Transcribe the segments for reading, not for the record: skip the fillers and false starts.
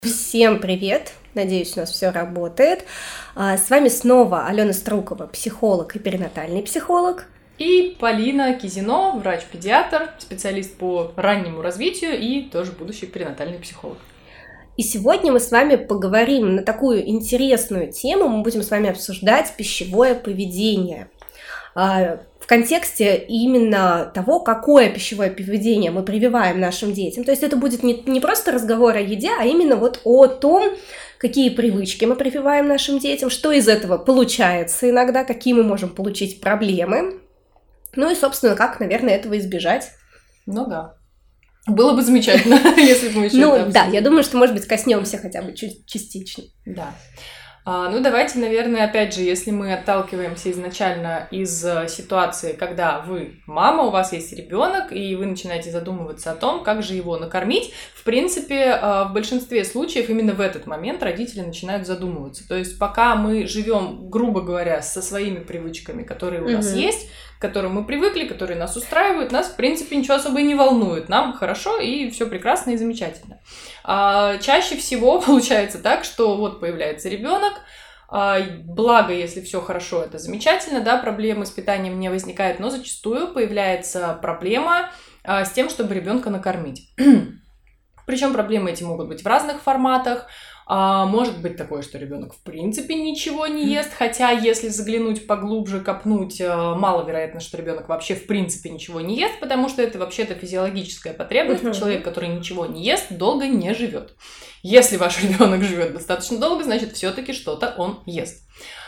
Всем привет! Надеюсь, у нас все работает. С вами снова Алена Струкова, психолог и перинатальный психолог. И Полина Кизино, врач-педиатр, специалист по раннему развитию и тоже будущий перинатальный психолог. И сегодня мы с вами поговорим на такую интересную тему. Мы будем с вами обсуждать пищевое поведение. В контексте именно того, какое пищевое поведение мы прививаем нашим детям. То есть это будет не просто разговор о еде, а именно вот о том, какие привычки мы прививаем нашим детям, что из этого получается иногда, какие мы можем получить проблемы. Ну и, собственно, как, наверное, этого избежать. Ну да. Было бы замечательно, если бы мы еще это обсудили. Да, я думаю, что, может быть, коснемся хотя бы частично. Да. Давайте, наверное, опять же, если мы отталкиваемся изначально из ситуации, когда вы мама, у вас есть ребенок, и вы начинаете задумываться о том, как же его накормить, в принципе, в большинстве случаев именно в этот момент родители начинают задумываться. То есть пока мы живем, грубо говоря, со своими привычками, которые у нас есть, к которым мы привыкли, которые нас устраивают, нас, в принципе, ничего особо и не волнует. Нам хорошо, и все прекрасно и замечательно. Чаще всего получается так, что вот появляется ребенок, благо, если все хорошо, это замечательно, да, проблемы с питанием не возникает, но зачастую появляется проблема с тем, чтобы ребенка накормить. Причем проблемы эти могут быть в разных форматах. Может быть такое, что ребенок в принципе ничего не ест, хотя если заглянуть поглубже, копнуть, маловероятно, что ребенок вообще в принципе ничего не ест, потому что это вообще-то физиологическая потребность. Человек, который ничего не ест, долго не живет. Если ваш ребенок живет достаточно долго, значит все-таки что-то он ест.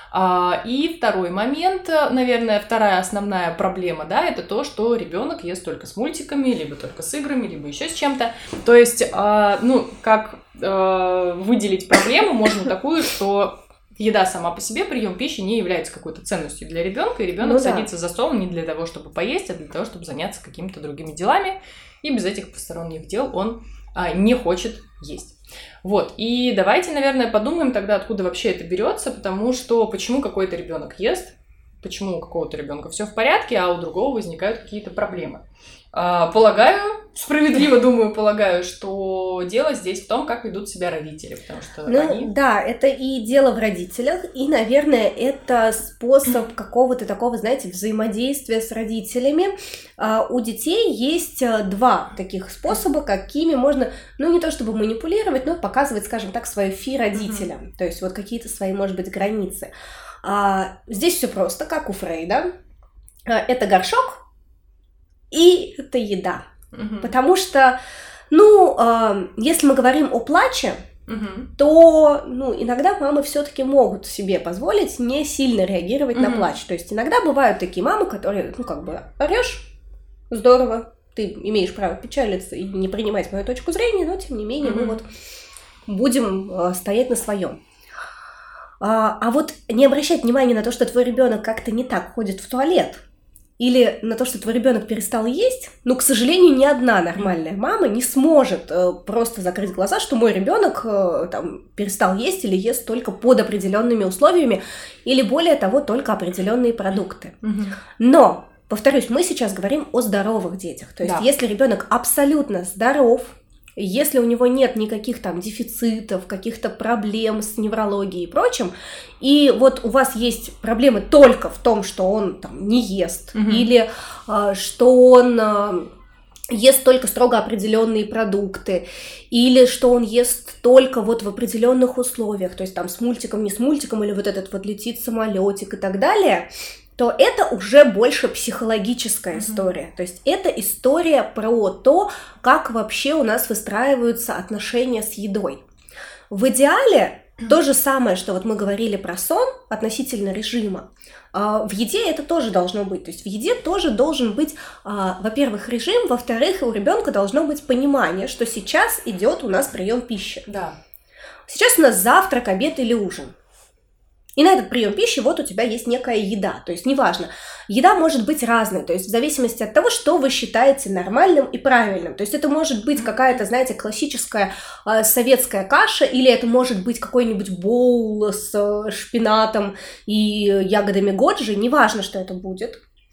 И второй момент, наверное, вторая основная проблема, да, это то, что ребенок ест только с мультиками, либо только с играми, либо еще с чем-то. То есть, как выделить проблему можно такую, что еда сама по себе, прием пищи не является какой-то ценностью для ребенка, и ребенок садится за стол не для того, чтобы поесть, а для того, чтобы заняться какими-то другими делами, и без этих посторонних дел он не хочет есть. Вот, и давайте, наверное, подумаем тогда, откуда вообще это берется, потому что почему какой-то ребенок ест, почему у какого-то ребенка все в порядке, а у другого возникают какие-то проблемы. Полагаю, справедливо полагаю, что дело здесь в том, как ведут себя родители, потому что Да, это и дело в родителях, и, наверное, это способ какого-то такого, знаете, взаимодействия с родителями. У детей есть два таких способа, какими можно, не то чтобы манипулировать, но показывать, скажем так, свое фи родителям, то есть вот какие-то свои, может быть, границы. Здесь все просто, как у Фрейда. Это горшок, и это еда. Потому что, если мы говорим о плаче, то, иногда мамы все-таки могут себе позволить не сильно реагировать на плач. То есть иногда бывают такие мамы, которые, орешь, здорово, ты имеешь право печалиться и не принимать мою точку зрения, но, тем не менее, мы вот будем стоять на своем. А вот не обращать внимания на то, что твой ребенок как-то не так ходит в туалет, или на то, что твой ребенок перестал есть, к сожалению, ни одна нормальная мама не сможет просто закрыть глаза, что мой ребенок перестал есть или ест только под определенными условиями, или более того, только определенные продукты. Но, повторюсь, мы сейчас говорим о здоровых детях. То есть, если ребенок абсолютно здоров, если у него нет никаких дефицитов, каких-то проблем с неврологией и прочим, и вот у вас есть проблемы только в том, что он не ест, или что он ест только строго определенные продукты, или что он ест только вот в определенных условиях, то есть с мультиком, не с мультиком, или вот этот вот летит самолетик и так далее, то это уже больше психологическая история. То есть это история про то, как вообще у нас выстраиваются отношения с едой. В идеале то же самое, что вот мы говорили про сон относительно режима, в еде это тоже должно быть. То есть в еде тоже должен быть, во-первых, режим, во-вторых, у ребенка должно быть понимание, что сейчас идет у нас прием пищи. Да. Сейчас у нас завтрак, обед или ужин. И на этот прием пищи вот у тебя есть некая еда, то есть неважно, еда может быть разной, то есть в зависимости от того, что вы считаете нормальным и правильным, то есть это может быть какая-то, знаете, классическая советская каша, или это может быть какой-нибудь боул с шпинатом и ягодами годжи, неважно, что это будет.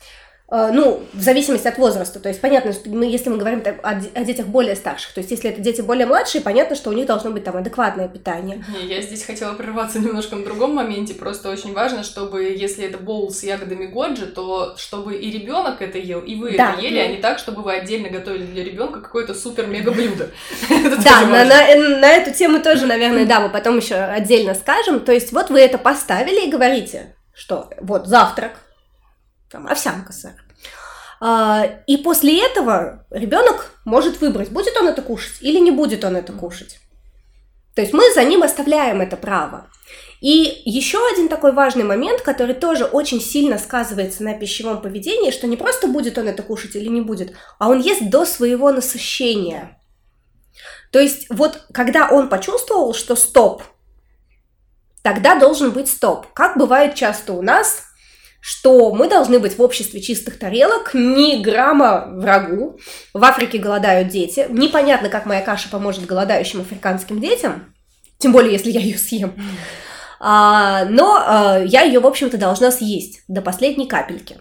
Ну, в зависимости от возраста. То есть понятно, что если мы говорим о детях более старших, то есть если это дети более младшие, понятно, что у них должно быть там адекватное питание. Я здесь хотела прерваться немножко на другом моменте. Просто очень важно, чтобы, если это боул с ягодами годжи, то чтобы и ребенок это ел, и вы это ели, а не так, чтобы вы отдельно готовили для ребенка какое-то супер-мега блюдо. Да, на эту тему тоже, наверное, да, мы потом еще отдельно скажем. То есть вот вы это поставили и говорите, что вот завтрак, там, овсянка, сэр. И после этого ребенок может выбрать, будет он это кушать или не будет он это кушать. То есть мы за ним оставляем это право. И еще один такой важный момент, который тоже очень сильно сказывается на пищевом поведении, что не просто будет он это кушать или не будет, а он ест до своего насыщения. То есть вот когда он почувствовал, что стоп, тогда должен быть стоп. Как бывает часто у нас, что мы должны быть в обществе чистых тарелок, ни грамма врагу. В Африке голодают дети. Непонятно, как моя каша поможет голодающим африканским детям, тем более, если я ее съем. Но я ее, в общем-то, должна съесть до последней капельки.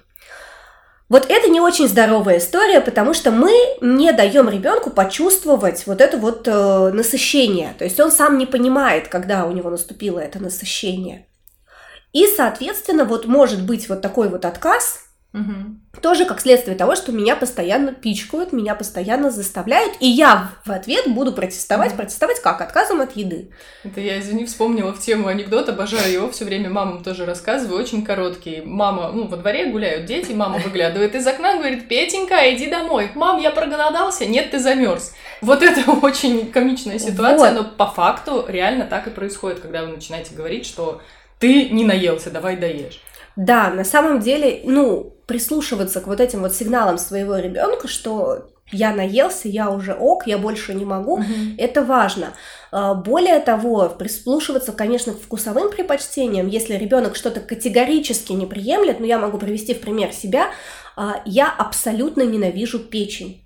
Вот это не очень здоровая история, потому что мы не даем ребенку почувствовать вот это вот насыщение. То есть он сам не понимает, когда у него наступило это насыщение. И, соответственно, вот может быть вот такой вот отказ, тоже как следствие того, что меня постоянно пичкают, меня постоянно заставляют, и я в ответ буду протестовать. Протестовать как? Отказом от еды. Это я, извини, вспомнила в тему анекдот, обожаю его, все время мамам тоже рассказываю, очень короткий. Мама, во дворе гуляют дети, мама выглядывает из окна, говорит: Петенька, иди домой. Мам, я проголодался. Нет, ты замерз. Вот это очень комичная ситуация, но по факту реально так и происходит, когда вы начинаете говорить, что ты не наелся, давай доешь. Да, на самом деле, прислушиваться к вот этим вот сигналам своего ребенка, что я наелся, я уже ок, я больше не могу, это важно. Более того, прислушиваться, конечно, к вкусовым предпочтениям. Если ребенок что-то категорически не приемлет, я могу привести в пример себя, я абсолютно ненавижу печень.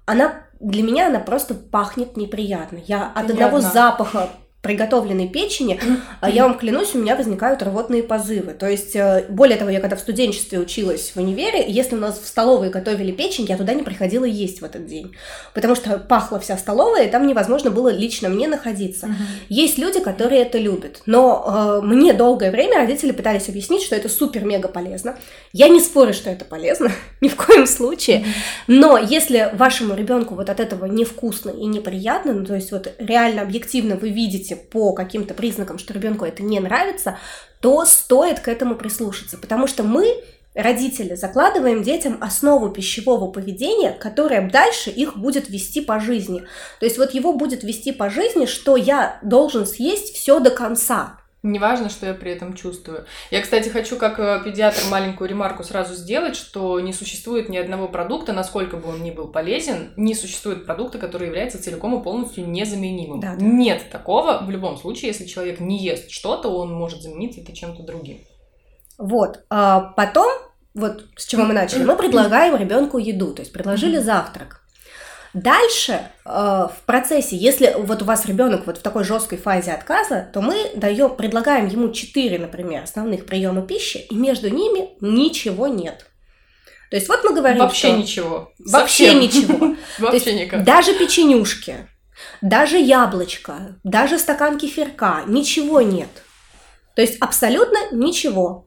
Для меня она просто пахнет неприятно. Я от одного запаха приготовленной печени, я вам клянусь, у меня возникают рвотные позывы. То есть, более того, я когда в студенчестве училась в универе, если у нас в столовой готовили печень, я туда не приходила есть в этот день, потому что пахла вся столовая, и там невозможно было лично мне находиться. Есть люди, которые это любят, но мне долгое время родители пытались объяснить, что это супер-мега полезно. Я не спорю, что это полезно, ни в коем случае, но если вашему ребенку вот от этого невкусно и неприятно, то есть вот реально объективно вы видите по каким-то признакам, что ребенку это не нравится, то стоит к этому прислушаться, потому что мы, родители, закладываем детям основу пищевого поведения, которое дальше их будет вести по жизни. То есть вот его будет вести по жизни, что я должен съесть все до конца. Неважно, что я при этом чувствую. Я, кстати, хочу как педиатр маленькую ремарку сразу сделать, что не существует ни одного продукта, насколько бы он ни был полезен, не существует продукта, который является целиком и полностью незаменимым. Да. Нет такого. В любом случае, если человек не ест что-то, он может заменить это чем-то другим. Вот. Потом, вот с чего мы начали, мы предлагаем ребенку еду, то есть предложили завтрак. Дальше в процессе, если вот у вас ребенок вот в такой жесткой фазе отказа, то мы предлагаем ему 4, например, основных приема пищи, и между ними ничего нет. То есть вот мы говорим, вообще что... ничего. Вообще ничего. Вообще никак. Даже печенюшки, даже яблочко, даже стакан кефирка, ничего нет. То есть абсолютно ничего.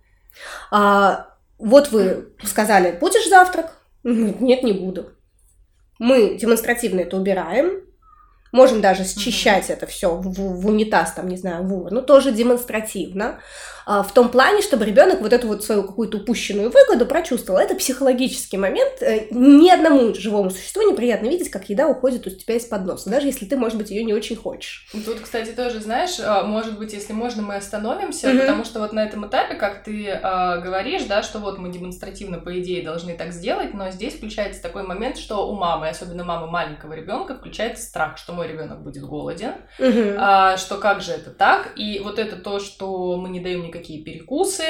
Вот вы сказали: будешь завтрак? Нет, не буду. Мы демонстративно это убираем, можем даже счищать это все в унитаз, там, не знаю, в урну, тоже демонстративно, в том плане, чтобы ребенок вот эту вот свою какую-то упущенную выгоду прочувствовал. Это психологический момент. Ни одному живому существу неприятно видеть, как еда уходит у тебя из-под носа, даже если ты, может быть, ее не очень хочешь. Тут, кстати, тоже, знаешь, может быть, если можно, мы остановимся, потому что вот на этом этапе, как ты говоришь, да, что вот мы демонстративно, по идее, должны так сделать, но здесь включается такой момент, что у мамы, особенно мамы маленького ребенка, включается страх, что мой ребенок будет голоден, что как же это так, и вот это то, что мы не даем никакие перекусы,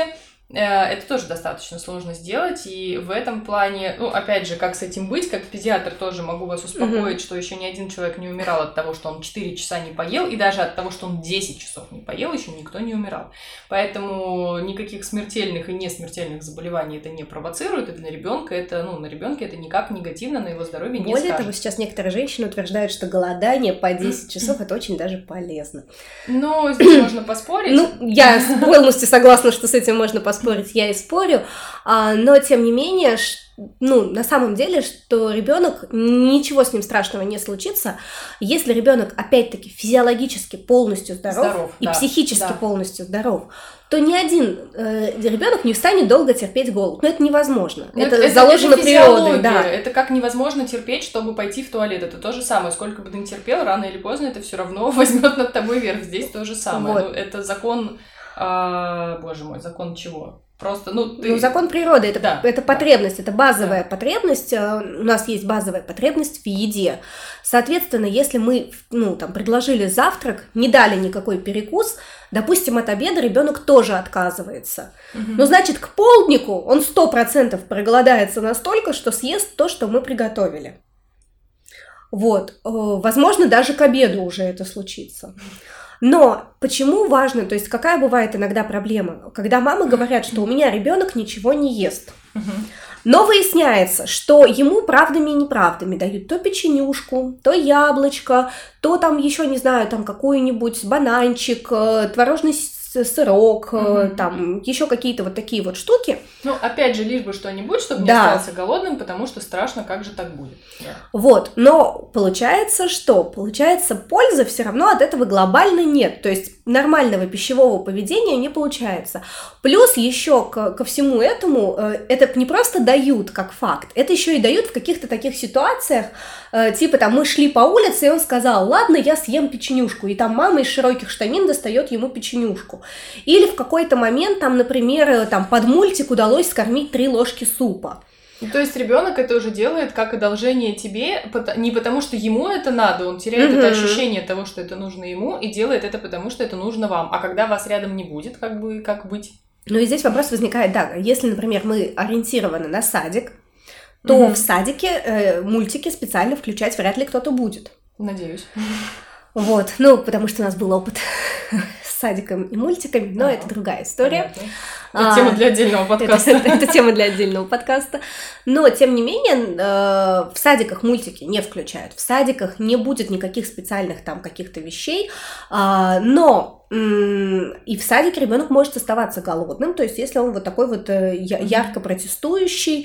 это тоже достаточно сложно сделать, и в этом плане, ну, опять же, как с этим быть, как педиатр тоже могу вас успокоить, что еще ни один человек не умирал от того, что он 4 часа не поел, и даже от того, что он 10 часов не поел, еще никто не умирал. Поэтому никаких смертельных и несмертельных заболеваний это не провоцирует, и для ребенка это, ну, на ребенке это никак негативно на его здоровье не скажет. Более того, сейчас некоторые женщины утверждают, что голодание по 10 часов это очень даже полезно. Ну, здесь можно поспорить. Ну, я полностью согласна, что с этим можно поспорить, я и спорю, но тем не менее, ну, на самом деле, что ребенок, ничего с ним страшного не случится, если ребенок опять-таки физиологически полностью здоров и психически полностью здоров, то ни один ребенок не станет долго терпеть голод. Но это невозможно. Это заложено природой. Да. Это как невозможно терпеть, чтобы пойти в туалет. Это то же самое. Сколько бы ты ни терпел, рано или поздно это все равно возьмет над тобой верх. Здесь то же самое. Вот. Ну, это закон... боже мой, закон чего? Просто, закон природы, это потребность, это базовая потребность, у нас есть базовая потребность в еде. Соответственно, если мы, предложили завтрак, не дали никакой перекус, допустим, от обеда ребенок тоже отказывается. Но значит, к полднику он 100% проголодается настолько, что съест то, что мы приготовили. Вот, возможно, даже к обеду уже это случится. Но почему важно, то есть какая бывает иногда проблема, когда мамы говорят, что у меня ребенок ничего не ест, но выясняется, что ему правдами и неправдами дают то печенюшку, то яблочко, то там еще, не знаю, там какой-нибудь бананчик, творожный сырок, там еще какие-то вот такие вот штуки. Ну, опять же, лишь бы что-нибудь, чтобы не остался голодным, потому что страшно, как же так будет. Да. Вот, но получается что? Получается, пользы все равно от этого глобально нет, то есть нормального пищевого поведения не получается. Плюс еще ко всему этому, это не просто дают как факт, это еще и дают в каких-то таких ситуациях, типа там мы шли по улице, и он сказал, ладно, я съем печенюшку, и там мама из широких штанин достает ему печенюшку. Или в какой-то момент, там, например, там, под мультик удалось скормить 3 ложки супа. То есть ребенок это уже делает как одолжение тебе, не потому что ему это надо, он теряет это ощущение того, что это нужно ему, и делает это потому, что это нужно вам. А когда вас рядом не будет, как быть? Ну и здесь вопрос возникает, да, если, например, мы ориентированы на садик, то в садике мультики специально включать вряд ли кто-то будет. Надеюсь. Вот, потому что у нас был опыт с садиком и мультиками, но это другая история. Это тема для отдельного подкаста. Это тема для отдельного подкаста. Но, тем не менее, в садиках мультики не включают. В садиках не будет никаких специальных там каких-то вещей, но и в садике ребенок может оставаться голодным, то есть если он вот такой вот ярко протестующий,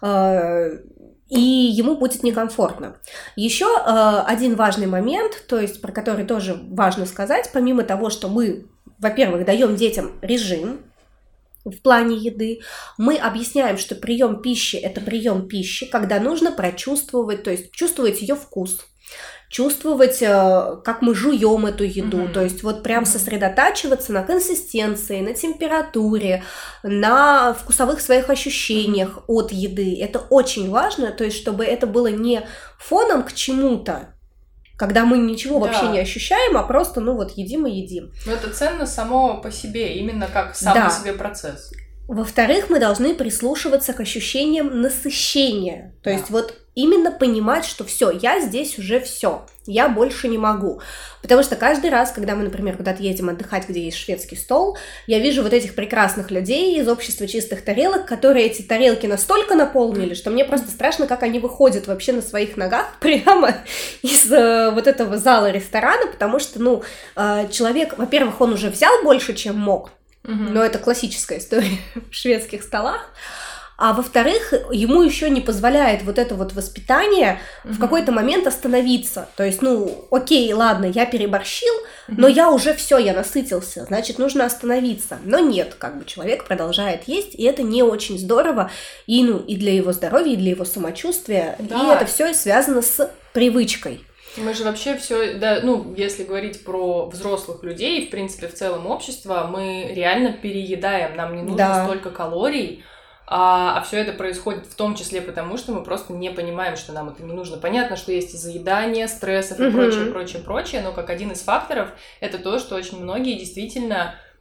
и ему будет некомфортно. Еще один важный момент, то есть про который тоже важно сказать, помимо того, что мы, во-первых, даем детям режим в плане еды, мы объясняем, что прием пищи – это прием пищи, когда нужно прочувствовать, то есть чувствовать ее вкус, чувствовать, как мы жуем эту еду, то есть вот прям сосредотачиваться на консистенции, на температуре, на вкусовых своих ощущениях от еды. Это очень важно, то есть чтобы это было не фоном к чему-то, когда мы ничего вообще не ощущаем, а просто, едим и едим. Но это ценно само по себе, именно как сам по себе процесс. Во-вторых, мы должны прислушиваться к ощущениям насыщения. То есть вот именно понимать, что все, я здесь уже все, я больше не могу. Потому что каждый раз, когда мы, например, куда-то едем отдыхать, где есть шведский стол, я вижу вот этих прекрасных людей из общества чистых тарелок, которые эти тарелки настолько наполнили, что мне просто страшно, как они выходят вообще на своих ногах прямо из вот этого зала ресторана, потому что, человек, во-первых, он уже взял больше, чем мог, но это классическая история в шведских столах. А во-вторых, ему еще не позволяет вот это вот воспитание в какой-то момент остановиться. То есть, окей, ладно, я переборщил, но я уже все, я насытился, значит, нужно остановиться. Но нет, человек продолжает есть, и это не очень здорово и для его здоровья, и для его самочувствия. Да. И это все связано с привычкой. Мы же вообще все, если говорить про взрослых людей, в принципе, в целом общество, мы реально переедаем, нам не нужно столько калорий, а все это происходит в том числе потому, что мы просто не понимаем, что нам это не нужно. Понятно, что есть и заедание, стрессов и прочее, но как один из факторов, это то, что очень многие действительно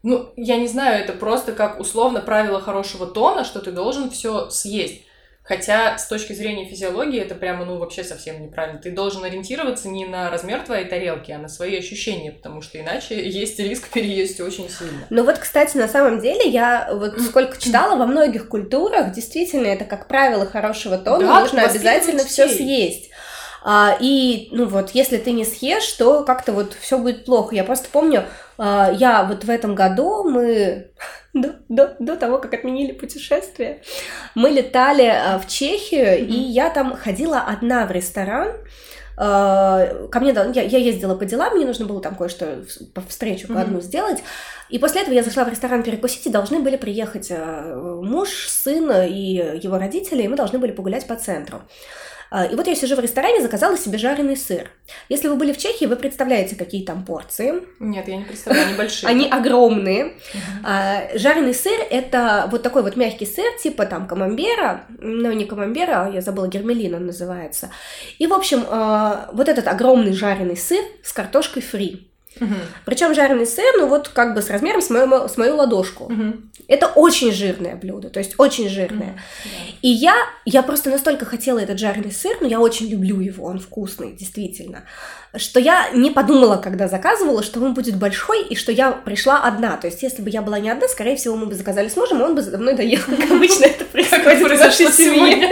Ну, я не знаю, это просто как условно правило хорошего тона, что ты должен все съесть. Хотя с точки зрения физиологии это прямо, ну, вообще совсем неправильно. Ты должен ориентироваться не на размер твоей тарелки, а на свои ощущения, потому что иначе есть риск переесть очень сильно. Ну вот, кстати, на самом деле, я вот сколько читала, во многих культурах действительно это как правило хорошего тона, Да, нужно обязательно все съесть. И, ну вот, если ты не съешь, то как-то вот все будет плохо. Я просто помню, я вот в этом году мы до того, как отменили путешествие, мы летали в Чехию, и я там ходила одна в ресторан. Ко мне, я ездила по делам, мне нужно было там кое-что по встречу одну сделать. И после этого я зашла в ресторан перекусить, и должны были приехать муж, сын и его родители, и мы должны были погулять по центру. И вот я сижу в ресторане, заказала себе жареный сыр. Если вы были в Чехии, вы представляете, какие там порции. Нет, я не представляю, они большие. Они огромные. Жареный сыр – это вот такой вот мягкий сыр, типа там камамбера, ну не камамбера, я забыла, гермелин он называется. И, в общем, вот этот огромный жареный сыр с картошкой фри. Причем жареный сыр, ну вот как бы с размером с мою ладошку. Это очень жирное блюдо, то есть очень жирное. И я просто настолько хотела этот жареный сыр, но я очень люблю его, он вкусный, действительно, что я не подумала, когда заказывала, что он будет большой, и что я пришла одна. То есть если бы я была не одна, скорее всего, мы бы заказали с мужем, и он бы за мной доел, как обычно это происходит в нашей семье.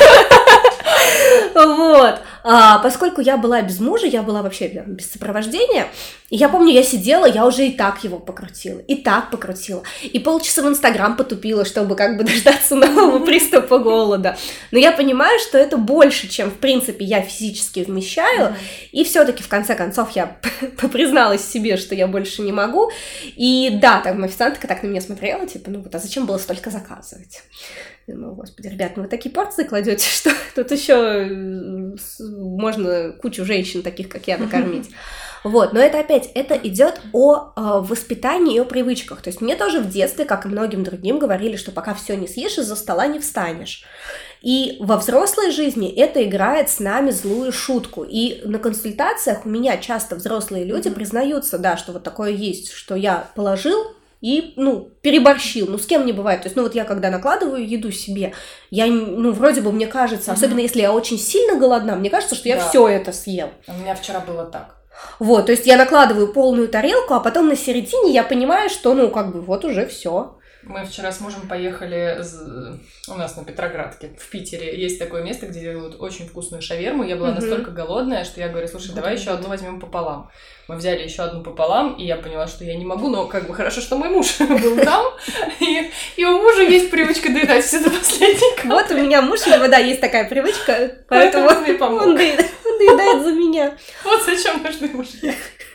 Вот. Поскольку я была без мужа, я была вообще без сопровождения, и я помню, я сидела, я уже и так его покрутила, и полчаса в Инстаграм потупила, чтобы как бы дождаться нового приступа голода. Но я понимаю, что это больше, чем, в принципе, я физически вмещаю, и все-таки, в конце концов, я призналась себе, что я больше не могу, и да, там официантка так на меня смотрела, типа, ну вот, а зачем было столько заказывать? Думаю, господи, ребят, ну вы такие порции кладете, что тут еще можно кучу женщин таких, как я, накормить. Вот, но это опять, это идет о воспитании и о привычках. То есть мне тоже в детстве, как и многим другим, говорили, что пока все не съешь, из-за стола не встанешь. И во взрослой жизни это играет с нами злую шутку. И на консультациях у меня часто взрослые люди признаются, да, что вот такое есть, что я положил и, ну, переборщил, ну, с кем не бывает, то есть, ну, вот я когда накладываю еду себе, я, ну, вроде бы, мне кажется, особенно если я очень сильно голодна, мне кажется, что я все это съел. У меня вчера было так. Вот, то есть я накладываю полную тарелку, а потом на середине я понимаю, что, ну, как бы, вот уже все. Мы вчера с мужем поехали у нас на Петроградке, в Питере. Есть такое место, где делают очень вкусную шаверму. Я была настолько голодная, что я говорю, слушай, давай еще одну возьмем пополам. Мы взяли еще одну пополам, и я поняла, что я не могу, но как бы хорошо, что мой муж был там, и у мужа есть привычка доедать все до последнего. Вот у меня муж, у него, да, есть такая привычка, поэтому он доедает за меня. Вот зачем нужны мужья.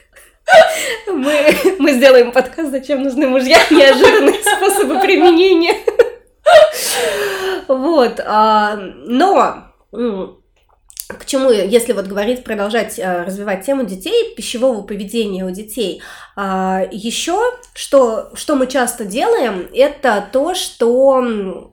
Мы сделаем подкаст «Зачем нужны мужья?» Неожиданные способы применения. Вот. Но к чему, если вот говорить, продолжать развивать тему детей, пищевого поведения у детей, еще что мы часто делаем, это то, что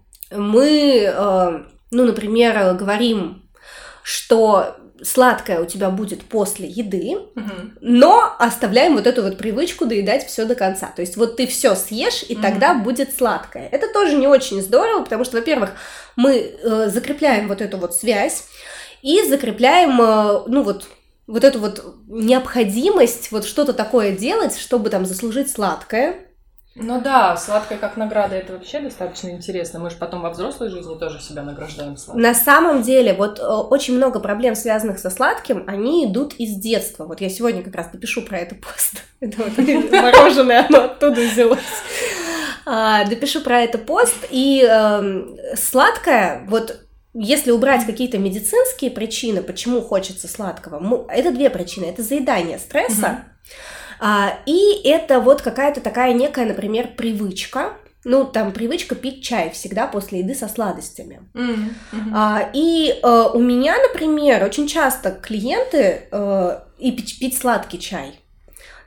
мы, ну, например, говорим, что сладкое у тебя будет после еды, но оставляем вот эту вот привычку доедать все до конца. То есть вот ты все съешь, и тогда будет сладкое. Это тоже не очень здорово, потому что, во-первых, мы закрепляем вот эту вот связь и закрепляем, ну вот эту вот необходимость вот что-то такое делать, чтобы там заслужить сладкое. Ну да, сладкое как награда, это вообще достаточно интересно. Мы же потом во взрослой жизни тоже себя награждаем сладким. На самом деле, вот очень много проблем, связанных со сладким, они идут из детства. Вот я сегодня как раз допишу про это пост. Это вот мороженое, оно оттуда взялось. Допишу про это пост. И сладкое, вот если убрать какие-то медицинские причины, почему хочется сладкого, это две причины. Это заедание стресса, и это вот какая-то такая некая, например, привычка, ну, там, привычка пить чай всегда после еды со сладостями. И у меня, например, очень часто клиенты и пить сладкий чай.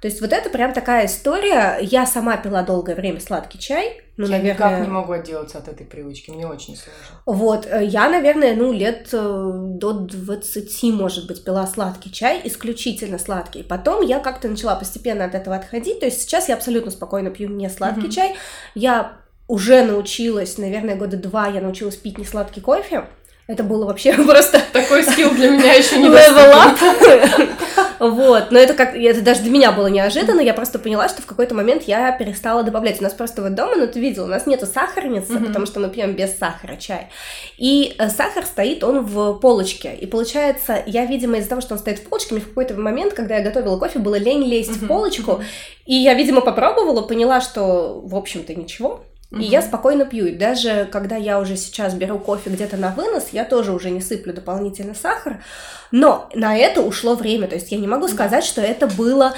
То есть вот это прям такая история. Я сама пила долгое время сладкий чай. Я наверное... никак не могу отделаться от этой привычки, мне очень сложно. Вот, я, наверное, лет до 20, может быть, пила сладкий чай, исключительно сладкий. Потом я как-то начала постепенно от этого отходить. То есть сейчас я абсолютно спокойно пью не сладкий чай. Я уже научилась, наверное, 2 года я научилась пить несладкий кофе. Это было вообще просто... Такой скилл для меня еще не доступен. Вот, но это даже для меня было неожиданно, я просто поняла, что в какой-то момент я перестала добавлять. У нас просто вот дома, ты видел, у нас нету сахарницы, потому что мы пьем без сахара чай. И сахар стоит, он в полочке. И получается, я, видимо, из-за того, что он стоит в полочке, мне в какой-то момент, когда я готовила кофе, было лень лезть в полочку. И я, видимо, попробовала, поняла, что, в общем-то, ничего. И я спокойно пью. И даже когда я уже сейчас беру кофе где-то на вынос, я тоже уже не сыплю дополнительно сахар. Но на это ушло время. То есть я не могу сказать, что это было,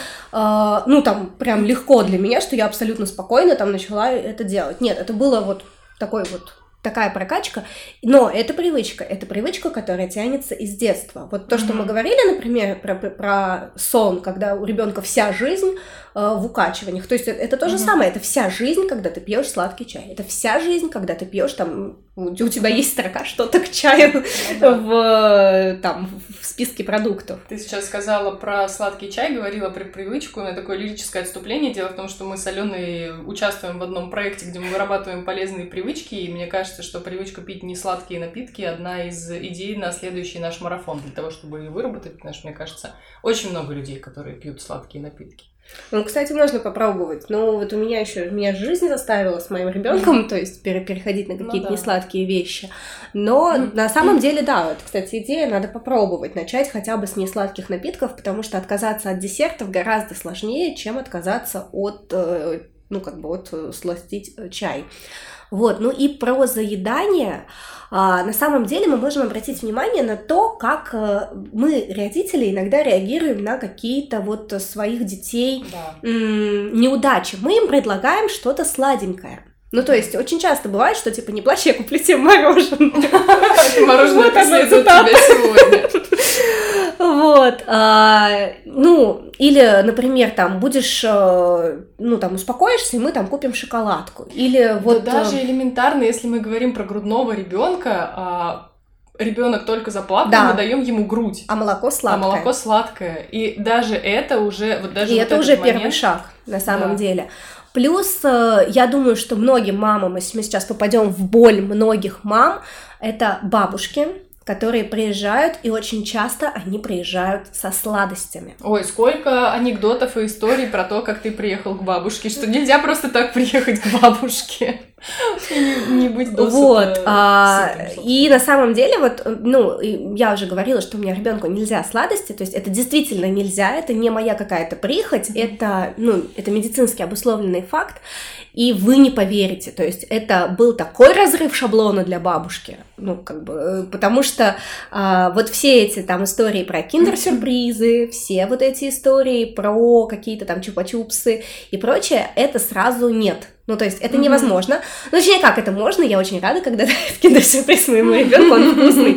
прям легко для меня, что я абсолютно спокойно начала это делать. Нет, это было вот такая прокачка, но это привычка, которая тянется из детства. Вот то, что мы говорили, например, про сон, когда у ребенка вся жизнь в укачиваниях. То есть это то же самое, это вся жизнь, когда ты пьешь сладкий чай. Это вся жизнь, когда ты пьешь у тебя есть строка что-то к чаю в списке продуктов. Ты сейчас сказала про сладкий чай, говорила про привычку, на такое лирическое отступление. Дело в том, что мы с Аленой участвуем в одном проекте, где мы вырабатываем полезные привычки, и мне кажется, что привычка пить несладкие напитки — одна из идей на следующий наш марафон. Для того, чтобы ее выработать, потому что, мне кажется, очень много людей, которые пьют сладкие напитки. Кстати, можно попробовать. Но вот меня жизнь заставила с моим ребенком, то есть переходить на какие-то несладкие вещи. Но на самом деле, да, это, кстати, идея, надо попробовать начать хотя бы с несладких напитков, потому что отказаться от десертов гораздо сложнее, чем отказаться от сластить чай. Вот, и про заедание, на самом деле мы можем обратить внимание на то, как мы, родители, иногда реагируем на какие-то своих детей неудачи. Мы им предлагаем что-то сладенькое. То есть, очень часто бывает, что, не плачь, я куплю тебе мороженое. Мороженое преследует тебя сегодня. Вот. Или, например, будешь, успокоишься, и мы купим шоколадку. Или даже элементарно, если мы говорим про грудного ребенка, ребенок только заплакал, мы даем ему грудь. А молоко сладкое. И даже это уже... И это уже первый шаг, на самом деле. Плюс, я думаю, что многим мамам, если мы сейчас попадем в боль многих мам, это бабушки, которые приезжают, и очень часто они приезжают со сладостями. Ой, сколько анекдотов и историй про то, как ты приехал к бабушке, что нельзя просто так приехать к бабушке и не быть досыта. И на самом деле, я уже говорила, что у меня ребенку нельзя сладости, то есть это действительно нельзя, это не моя какая-то прихоть, это медицински обусловленный факт, и вы не поверите, то есть это был такой разрыв шаблона для бабушки, потому что все эти истории про киндер-сюрпризы, все эти истории про какие-то чупа-чупсы и прочее, это сразу нет. То есть это невозможно. Точнее, как это можно? Я очень рада, когда киндер-сюрприз моему ребенку, он вкусный.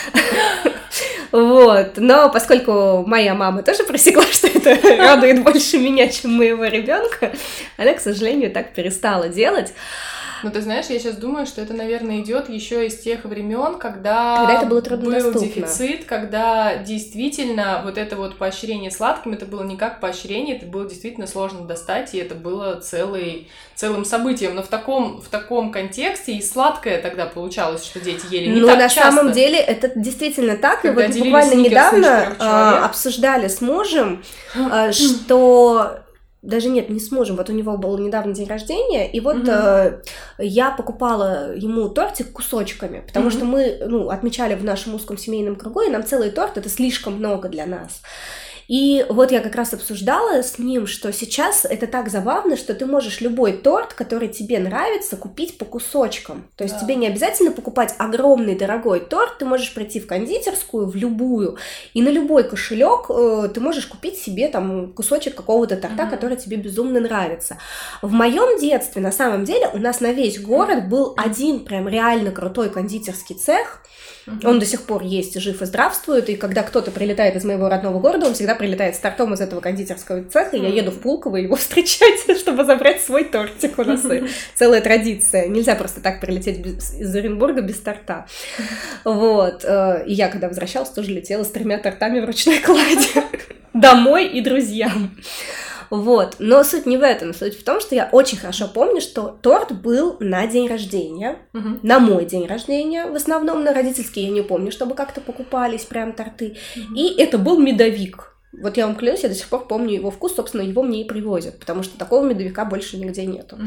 Но поскольку моя мама тоже просекла, что это радует больше меня, чем моего ребенка, она, к сожалению, так перестала делать. Ты знаешь, я сейчас думаю, что это, наверное, идет еще из тех времен, когда это было труднодоступно. Был дефицит, когда действительно это поощрение сладким, это было не как поощрение, это было действительно сложно достать, и это было целым событием. Но в таком контексте и сладкое тогда получалось, что дети ели не так часто. На самом деле это действительно так, и буквально недавно обсуждали с мужем, что... Даже нет, не с мужем. У него был недавно день рождения, и я покупала ему тортик кусочками, потому что мы, отмечали в нашем узком семейном кругу, и нам целый торт — это слишком много для нас. И я как раз обсуждала с ним, что сейчас это так забавно, что ты можешь любой торт, который тебе нравится, купить по кусочкам. То есть тебе не обязательно покупать огромный дорогой торт, ты можешь прийти в кондитерскую, в любую, и на любой кошелек ты можешь купить себе кусочек какого-то торта, который тебе безумно нравится. В моем детстве, на самом деле, у нас на весь город был один прям реально крутой кондитерский цех. Он до сих пор есть, жив и здравствует, и когда кто-то прилетает из моего родного города, он всегда прилетает с тортом из этого кондитерского цеха, я еду в Пулково его встречать, чтобы забрать свой тортик. У нас целая традиция. Нельзя просто так прилететь из Оренбурга без торта. Вот. И я, когда возвращалась, тоже летела с 3 тортами в ручной кладе. Домой и друзьям. Вот, но суть не в этом, суть в том, что я очень хорошо помню, что торт был на день рождения, на мой день рождения, в основном на родительский я не помню, чтобы как-то покупались прям торты, и это был медовик. Вот я вам клянусь, я до сих пор помню его вкус, собственно, его мне и привозят, потому что такого медовика больше нигде нету.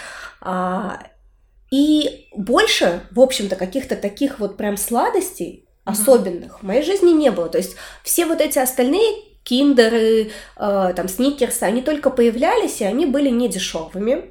И больше, в общем-то, каких-то таких вот прям сладостей особенных в моей жизни не было, то есть все вот эти остальные киндеры, там, сникерсы, они только появлялись, и они были не дешевыми.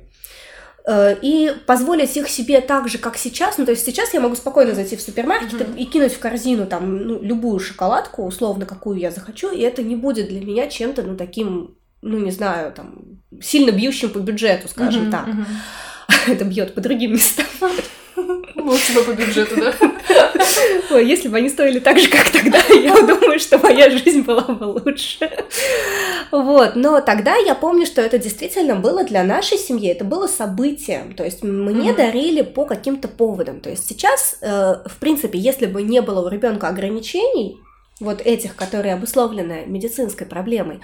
И позволить их себе так же, как сейчас, ну, то есть сейчас я могу спокойно зайти в супермаркет и кинуть в корзину там, ну, любую шоколадку, условно, какую я захочу, и это не будет для меня чем-то, ну, таким, ну, не знаю, там, сильно бьющим по бюджету, скажем так. Это бьет по другим местам. Лучше по бюджету, да? Ой, если бы они стоили так же, как тогда, я думаю, что моя жизнь была бы лучше. Вот, но тогда я помню, что это действительно было для нашей семьи, это было событием, то есть мне дарили по каким-то поводам. То есть сейчас, в принципе, если бы не было у ребенка ограничений, вот этих, которые обусловлены медицинской проблемой,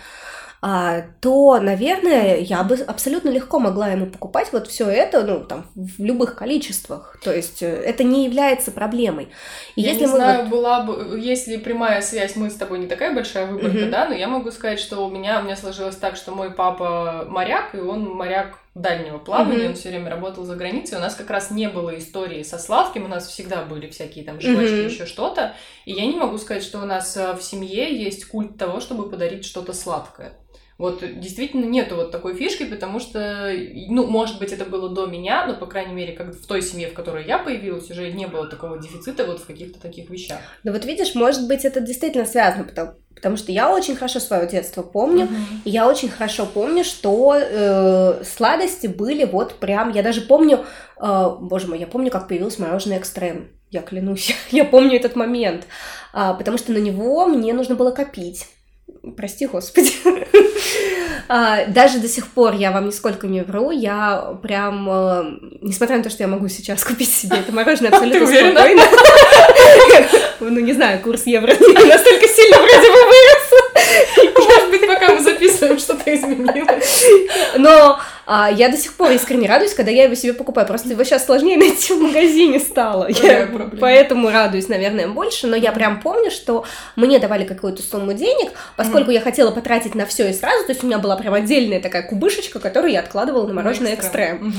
то, наверное, я бы абсолютно легко могла ему покупать вот все это, ну, там, в любых количествах. То есть это не является проблемой. И я если не знаю, была бы, если прямая связь, мы с тобой не такая большая выборка, да, но я могу сказать, что у меня сложилось так, что мой папа моряк, и он моряк дальнего плавания, он все время работал за границей, у нас как раз не было истории со сладким, у нас всегда были всякие там жвачки, еще что-то, и я не могу сказать, что у нас в семье есть культ того, чтобы подарить что-то сладкое. Вот действительно нету вот такой фишки, потому что, ну, может быть, это было до меня, но, по крайней мере, как в той семье, в которой я появилась, уже не было такого дефицита вот в каких-то таких вещах. Ну вот видишь, может быть, это действительно связано, потому что я очень хорошо свое детство помню, и я очень хорошо помню, что сладости были вот прям, я даже помню, боже мой, я помню, как появилось мороженое «Экстрем», я клянусь, я помню этот момент, потому что на него мне нужно было копить. Прости, Господи. Даже до сих пор, я вам нисколько не вру, я прям, несмотря на то, что я могу сейчас купить себе это мороженое абсолютно спокойно. Ну, не знаю, курс евро настолько сильно вроде бы вырос. Может быть, пока мы записываем, что-то изменилось. Но я до сих пор искренне радуюсь, когда я его себе покупаю. Просто его сейчас сложнее найти в магазине стало. Я поэтому радуюсь, наверное, больше. Но я прям помню, что мне давали какую-то сумму денег, поскольку я хотела потратить на все и сразу. То есть у меня была прям отдельная такая кубышечка, которую я откладывала на мороженое «Экстрем».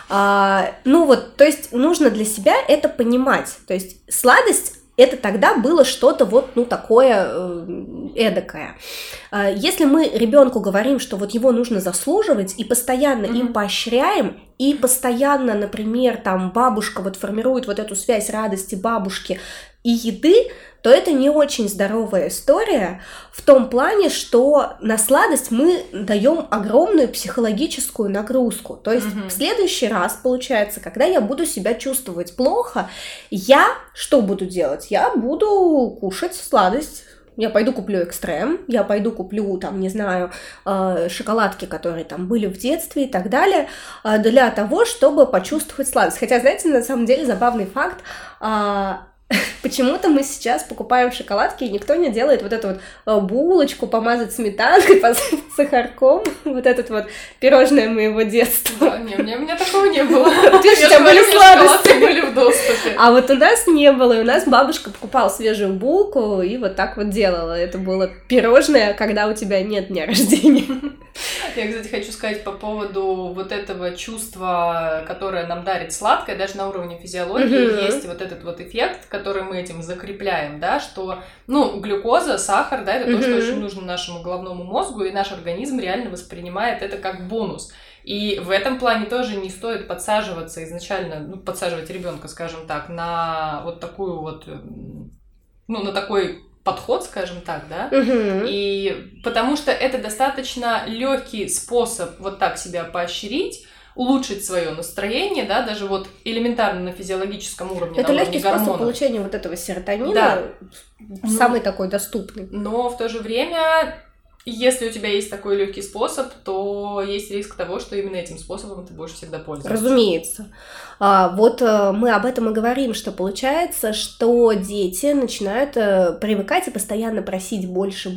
Ну вот, то есть нужно для себя это понимать. То есть сладость — это тогда было что-то вот, ну, такое эдакое. Если мы ребенку говорим, что вот его нужно заслуживать, и постоянно им поощряем, и постоянно, например, там бабушка вот формирует вот эту связь радости бабушки и еды, то это не очень здоровая история в том плане, что на сладость мы даем огромную психологическую нагрузку. То есть в следующий раз, получается, когда я буду себя чувствовать плохо, я что буду делать? Я буду кушать сладость. Я пойду куплю «Экстрем», я пойду куплю, там, не знаю, шоколадки, которые там были в детстве и так далее, для того, чтобы почувствовать сладость. Хотя, знаете, на самом деле забавный факт, почему-то мы сейчас покупаем шоколадки, и никто не делает вот эту вот булочку, помазать сметанкой, посыпать сахарком, вот этот вот пирожное моего детства. Да, не, у меня такого не было. У тебя были сладости. Были в доступе. А вот у нас не было, и у нас бабушка покупала свежую булку и вот так вот делала. Это было пирожное, когда у тебя нет дня рождения. Я, кстати, хочу сказать по поводу вот этого чувства, которое нам дарит сладкое, даже на уровне физиологии есть вот этот вот эффект, который мы этим закрепляем, да, что, ну, глюкоза, сахар, да, это то, что очень нужно нашему головному мозгу, и наш организм реально воспринимает это как бонус. И в этом плане тоже не стоит подсаживаться изначально, ну, подсаживать ребенка, скажем так, на вот такую вот, ну, на такой подход, скажем так, да, и потому что это достаточно легкий способ вот так себя поощрить, улучшить свое настроение, да, даже вот элементарно на физиологическом уровне. Это легкий способ получения вот этого серотонина, да. Самый такой доступный. Но в то же время Если у тебя есть такой легкий способ, то есть риск того, что именно этим способом ты будешь всегда пользоваться. Разумеется. Вот мы об этом и говорим, что получается, что дети начинают привыкать и постоянно просить больше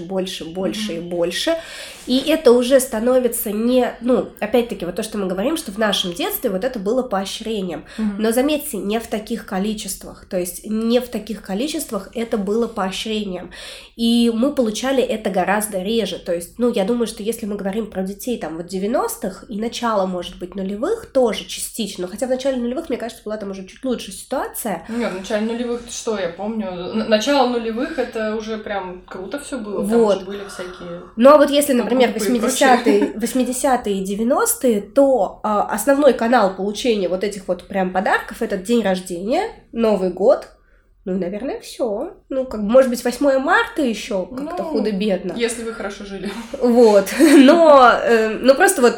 и больше. И это уже становится не, опять-таки, вот то, что мы говорим, что в нашем детстве вот это было поощрением. Но заметьте, не в таких количествах. То есть не в таких количествах это было поощрением. И мы получали это гораздо реже. То есть, я думаю, что если мы говорим про детей там вот 90-х и начало, может быть, нулевых, тоже частично, хотя в начале нулевых, мне кажется, была там уже чуть лучше ситуация. Нет, в начале нулевых, что я помню? Начало нулевых, это уже прям круто все было, там вот. уже были всякие... Ну, а вот если, например, 80-е и 90-е, то основной канал получения вот этих вот прям подарков — это день рождения, Новый год. Наверное, все. Может быть, 8 марта еще как-то худо-бедно. Если вы хорошо жили. Вот. Но просто вот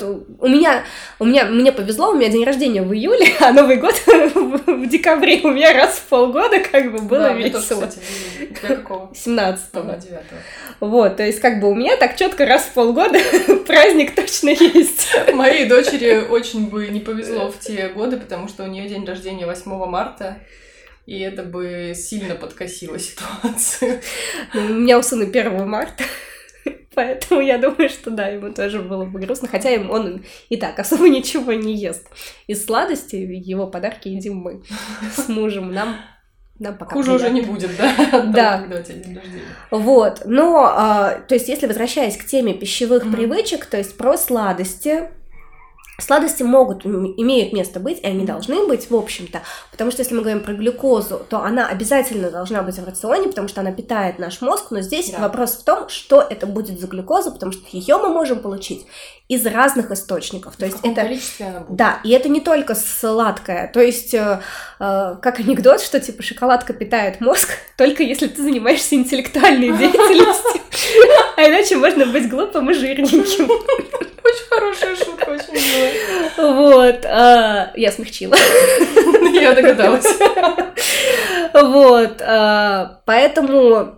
мне повезло, у меня день рождения в июле, а Новый год в декабре. У меня раз в полгода было весело. Да, кстати, для какого? 17-го. 9-го. Вот, то есть у меня так четко раз в полгода праздник точно есть. Моей дочери очень бы не повезло в те годы, потому что у нее день рождения 8 марта. И это бы сильно подкосило ситуацию. У меня у сына 1 марта, поэтому я думаю, что да, ему тоже было бы грустно. Хотя он и так особо ничего не ест. Из сладостей его подарки едим мы с мужем. Нам пока хуже приятно. уже не будет, да? Да. Когда у тебя день рождения. Вот, но, то есть, если возвращаясь к теме пищевых привычек, то есть про сладости... Сладости имеют место быть, и они должны быть, в общем-то, потому что если мы говорим про глюкозу, то она обязательно должна быть в рационе, потому что она питает наш мозг, но здесь вопрос в том, что это будет за глюкоза, потому что ее мы можем получить из разных источников. То есть в каком это количестве она будет? Да, и это не только сладкое, то есть как анекдот, что типа шоколадка питает мозг, только если ты занимаешься интеллектуальной деятельностью, а иначе можно быть глупым и жирненьким. Очень хорошая шутка, очень милая. Вот, я смягчила. Я догадалась. Вот, поэтому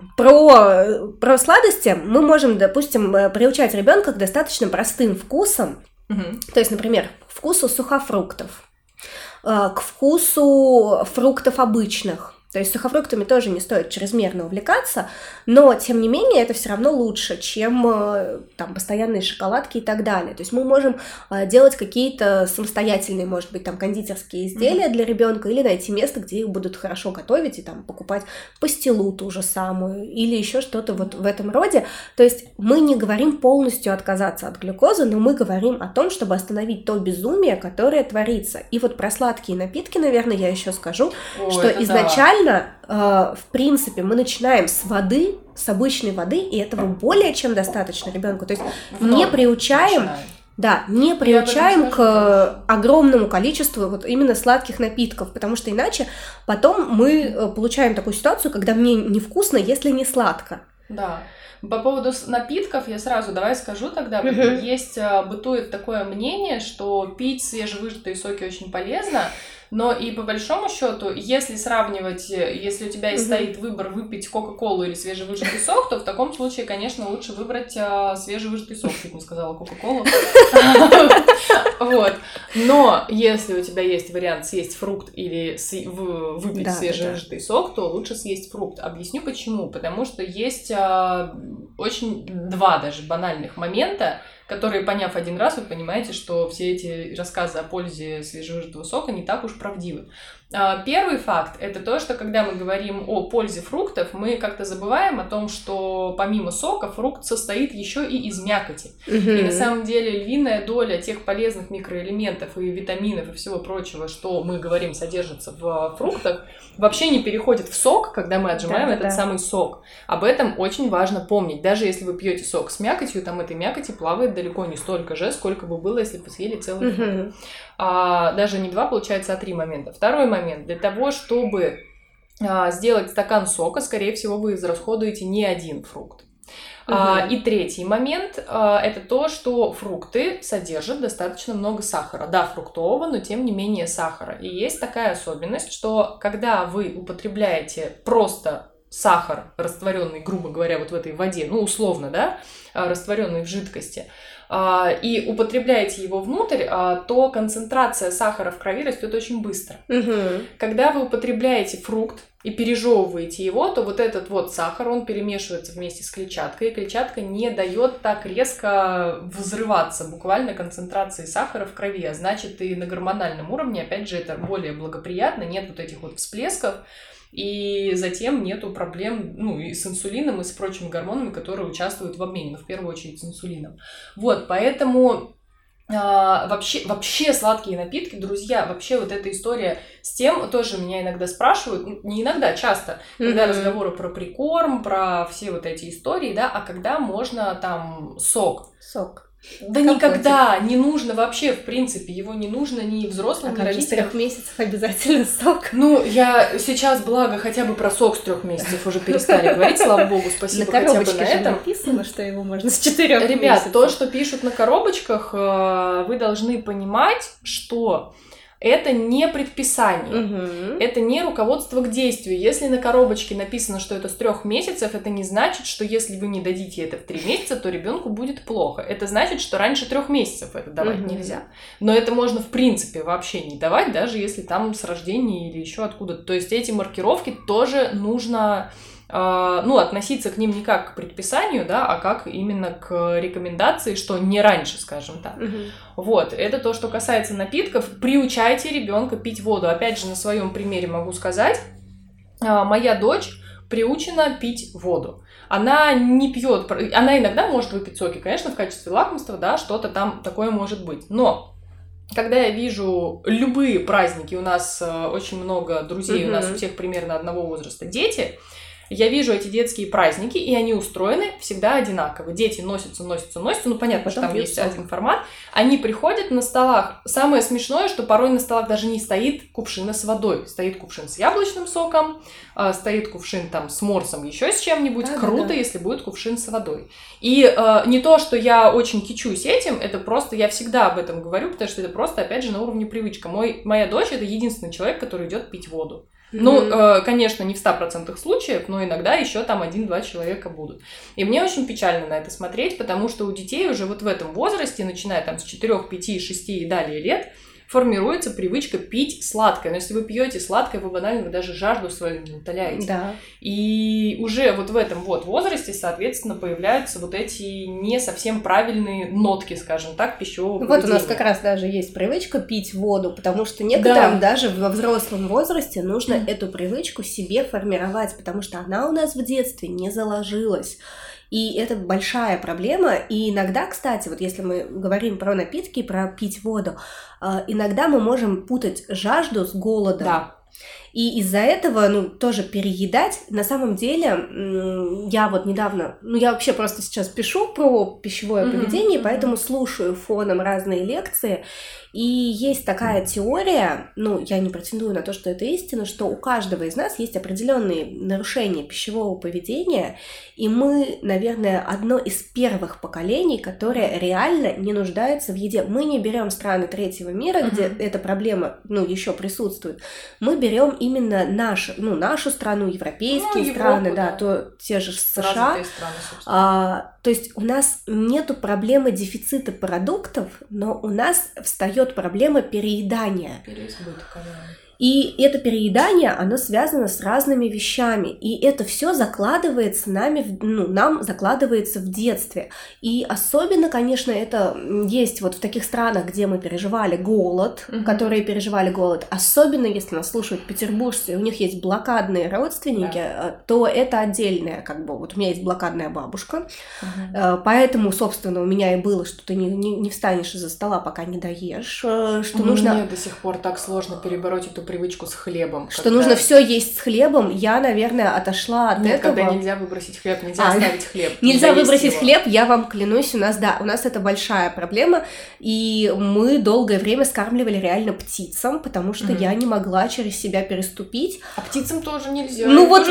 про сладости мы можем, допустим, приучать ребенка к достаточно простым вкусам. То есть, например, к вкусу сухофруктов, к вкусу фруктов обычных. То есть сухофруктами тоже не стоит чрезмерно увлекаться, но, тем не менее, это все равно лучше, чем там постоянные шоколадки и так далее. То есть мы можем делать какие-то самостоятельные, может быть, там кондитерские изделия для ребенка или найти место, где их будут хорошо готовить и там покупать пастилу ту же самую или еще что-то вот в этом роде. То есть мы не говорим полностью отказаться от глюкозы, но мы говорим о том, чтобы остановить то безумие, которое творится. И вот про сладкие напитки, наверное, я еще скажу, что изначально в принципе, мы начинаем с воды, с обычной воды, и этого более чем достаточно ребенку. То есть не приучаем, не приучаем к огромному количеству вот именно сладких напитков, потому что иначе потом мы получаем такую ситуацию, когда мне невкусно, если не сладко. Да. По поводу напитков я сразу давай скажу тогда. Бытует такое мнение, что пить свежевыжатые соки очень полезно, но и по большому счету, если сравнивать, если у тебя стоит выбор выпить Кока-Колу или свежевыжатый сок, то в таком случае, конечно, лучше выбрать свежевыжатый сок, чуть не сказала Кока-Колу. Вот. Но если у тебя есть вариант съесть фрукт или выпить свежевыжатый сок, то лучше съесть фрукт. Объясню почему. Потому что есть очень два даже банальных момента, которые, поняв один раз, вы понимаете, что все эти рассказы о пользе свежевыжатого сока не так уж правдивы. Первый факт – это то, что когда мы говорим о пользе фруктов, мы как-то забываем о том, что помимо сока фрукт состоит еще и из мякоти. И на самом деле львиная доля тех полезных микроэлементов и витаминов и всего прочего, что мы говорим, содержится в фруктах, вообще не переходит в сок, когда мы отжимаем этот самый сок. Об этом очень важно помнить. Даже если вы пьете сок с мякотью, там этой мякоти плавает далеко не столько же, сколько бы было, если бы съели целый фрукт. Даже не 2, получается, а 3 момента. Второй момент. Для того, чтобы сделать стакан сока, скорее всего, вы израсходуете не один фрукт. И третий момент – это то, что фрукты содержат достаточно много сахара. Да, фруктового, но тем не менее сахара. И есть такая особенность, что когда вы употребляете просто сахар, растворенный, грубо говоря, вот в этой воде, ну, условно, да, растворенный в жидкости, и употребляете его внутрь, то концентрация сахара в крови растет очень быстро. Когда вы употребляете фрукт и пережевываете его, то вот этот вот сахар, он перемешивается вместе с клетчаткой, и клетчатка не дает так резко взрываться буквально концентрации сахара в крови, а значит и на гормональном уровне, опять же, это более благоприятно, нет вот этих вот всплесков, и затем нету проблем, ну, и с инсулином, и с прочими гормонами, которые участвуют в обмене, но в первую очередь с инсулином. Вот, поэтому вообще сладкие напитки, друзья, вообще вот эта история с тем, тоже меня иногда спрашивают, не иногда, часто, когда разговоры про прикорм, про все вот эти истории, да, а когда можно там сок. Да как никогда не нужно вообще, в принципе, его не нужно ни взрослым, ни родителям. С 3 месяцев обязательно сок. Ну, я сейчас, благо, хотя бы про сок с 3 месяцев уже перестали говорить, слава богу, спасибо хотя бы на этом. Написано, что его можно с 4 месяцев. Ребят, то, что пишут на коробочках, вы должны понимать, что это не предписание, это не руководство к действию. Если на коробочке написано, что это с 3 месяцев, это не значит, что если вы не дадите это в 3 месяца, то ребенку будет плохо. Это значит, что раньше 3 месяцев это давать нельзя. Но это можно в принципе вообще не давать, даже если там с рождения или еще откуда-то. То есть эти маркировки тоже нужно... ну, относиться к ним не как к предписанию, да, а как именно к рекомендации, что не раньше, скажем так. Вот, это то, что касается напитков. Приучайте ребенка пить воду. Опять же, на своем примере могу сказать, моя дочь приучена пить воду. Она не пьет, она иногда может выпить соки, конечно, в качестве лакомства, да, что-то там такое может быть, но когда я вижу любые праздники, у нас очень много друзей, у нас у всех примерно одного возраста дети, я вижу эти детские праздники, и они устроены всегда одинаково. Дети носятся, ну, понятно, что там есть один формат. Они приходят на столах. Самое смешное, что порой на столах даже не стоит кувшина с водой. Стоит кувшин с яблочным соком, стоит кувшин там с морсом, еще с чем-нибудь. Круто, если будет кувшин с водой. И не то, что я очень кичусь этим, это просто, я всегда об этом говорю, потому что это просто, опять же, на уровне привычка. Моя дочь — это единственный человек, который идет пить воду. Ну, конечно, не в 100% случаев, но иногда еще там 1-2 человека будут. И мне очень печально на это смотреть, потому что у детей уже вот в этом возрасте, начиная там с 4, 5, 6 и далее лет, формируется привычка пить сладкое. Но если вы пьете сладкое, вы банально даже жажду свою не утоляете. Да. И уже вот в этом вот возрасте, соответственно, появляются вот эти не совсем правильные нотки, скажем так, пищевого поведения. Вот у нас как раз даже есть привычка пить воду, потому что некоторым даже во взрослом возрасте нужно эту привычку себе формировать, потому что она у нас в детстве не заложилась. И это большая проблема. И иногда, кстати, вот если мы говорим про напитки, про пить воду, иногда мы можем путать жажду с голодом. Да. И из-за этого, ну, тоже переедать. На самом деле, я вот недавно, я вообще просто сейчас пишу про пищевое поведение, поэтому слушаю фоном разные лекции. И есть такая теория, я не претендую на то, что это истина, что у каждого из нас есть определенные нарушения пищевого поведения, и мы, наверное, одно из первых поколений, которое реально не нуждается в еде. Мы не берем страны третьего мира, где эта проблема, еще присутствует. Мы берем именно нашу страну, европейские страны, Европу, да, то те же США. Страны, то есть у нас нету проблемы дефицита продуктов, но у нас встает проблема переедания. Переизбытка, да. И это переедание, оно связано с разными вещами. И это все закладывается нам закладывается в детстве. И особенно, конечно, это есть вот в таких странах, где мы переживали голод, которые переживали голод. Особенно, если нас слушают петербуржцы, у них есть блокадные родственники, то это отдельное, вот у меня есть блокадная бабушка. Поэтому, собственно, у меня и было, что ты не встанешь из-за стола, пока не доешь. Что нужно... Мне до сих пор так сложно перебороть эту привычку с хлебом. Что нужно все есть с хлебом, я, наверное, отошла от этого. Когда нельзя выбросить хлеб, нельзя оставить хлеб. Нельзя выбросить хлеб, я вам клянусь, у нас это большая проблема, и мы долгое время скармливали реально птицам, потому что я не могла через себя переступить. А птицам тоже нельзя.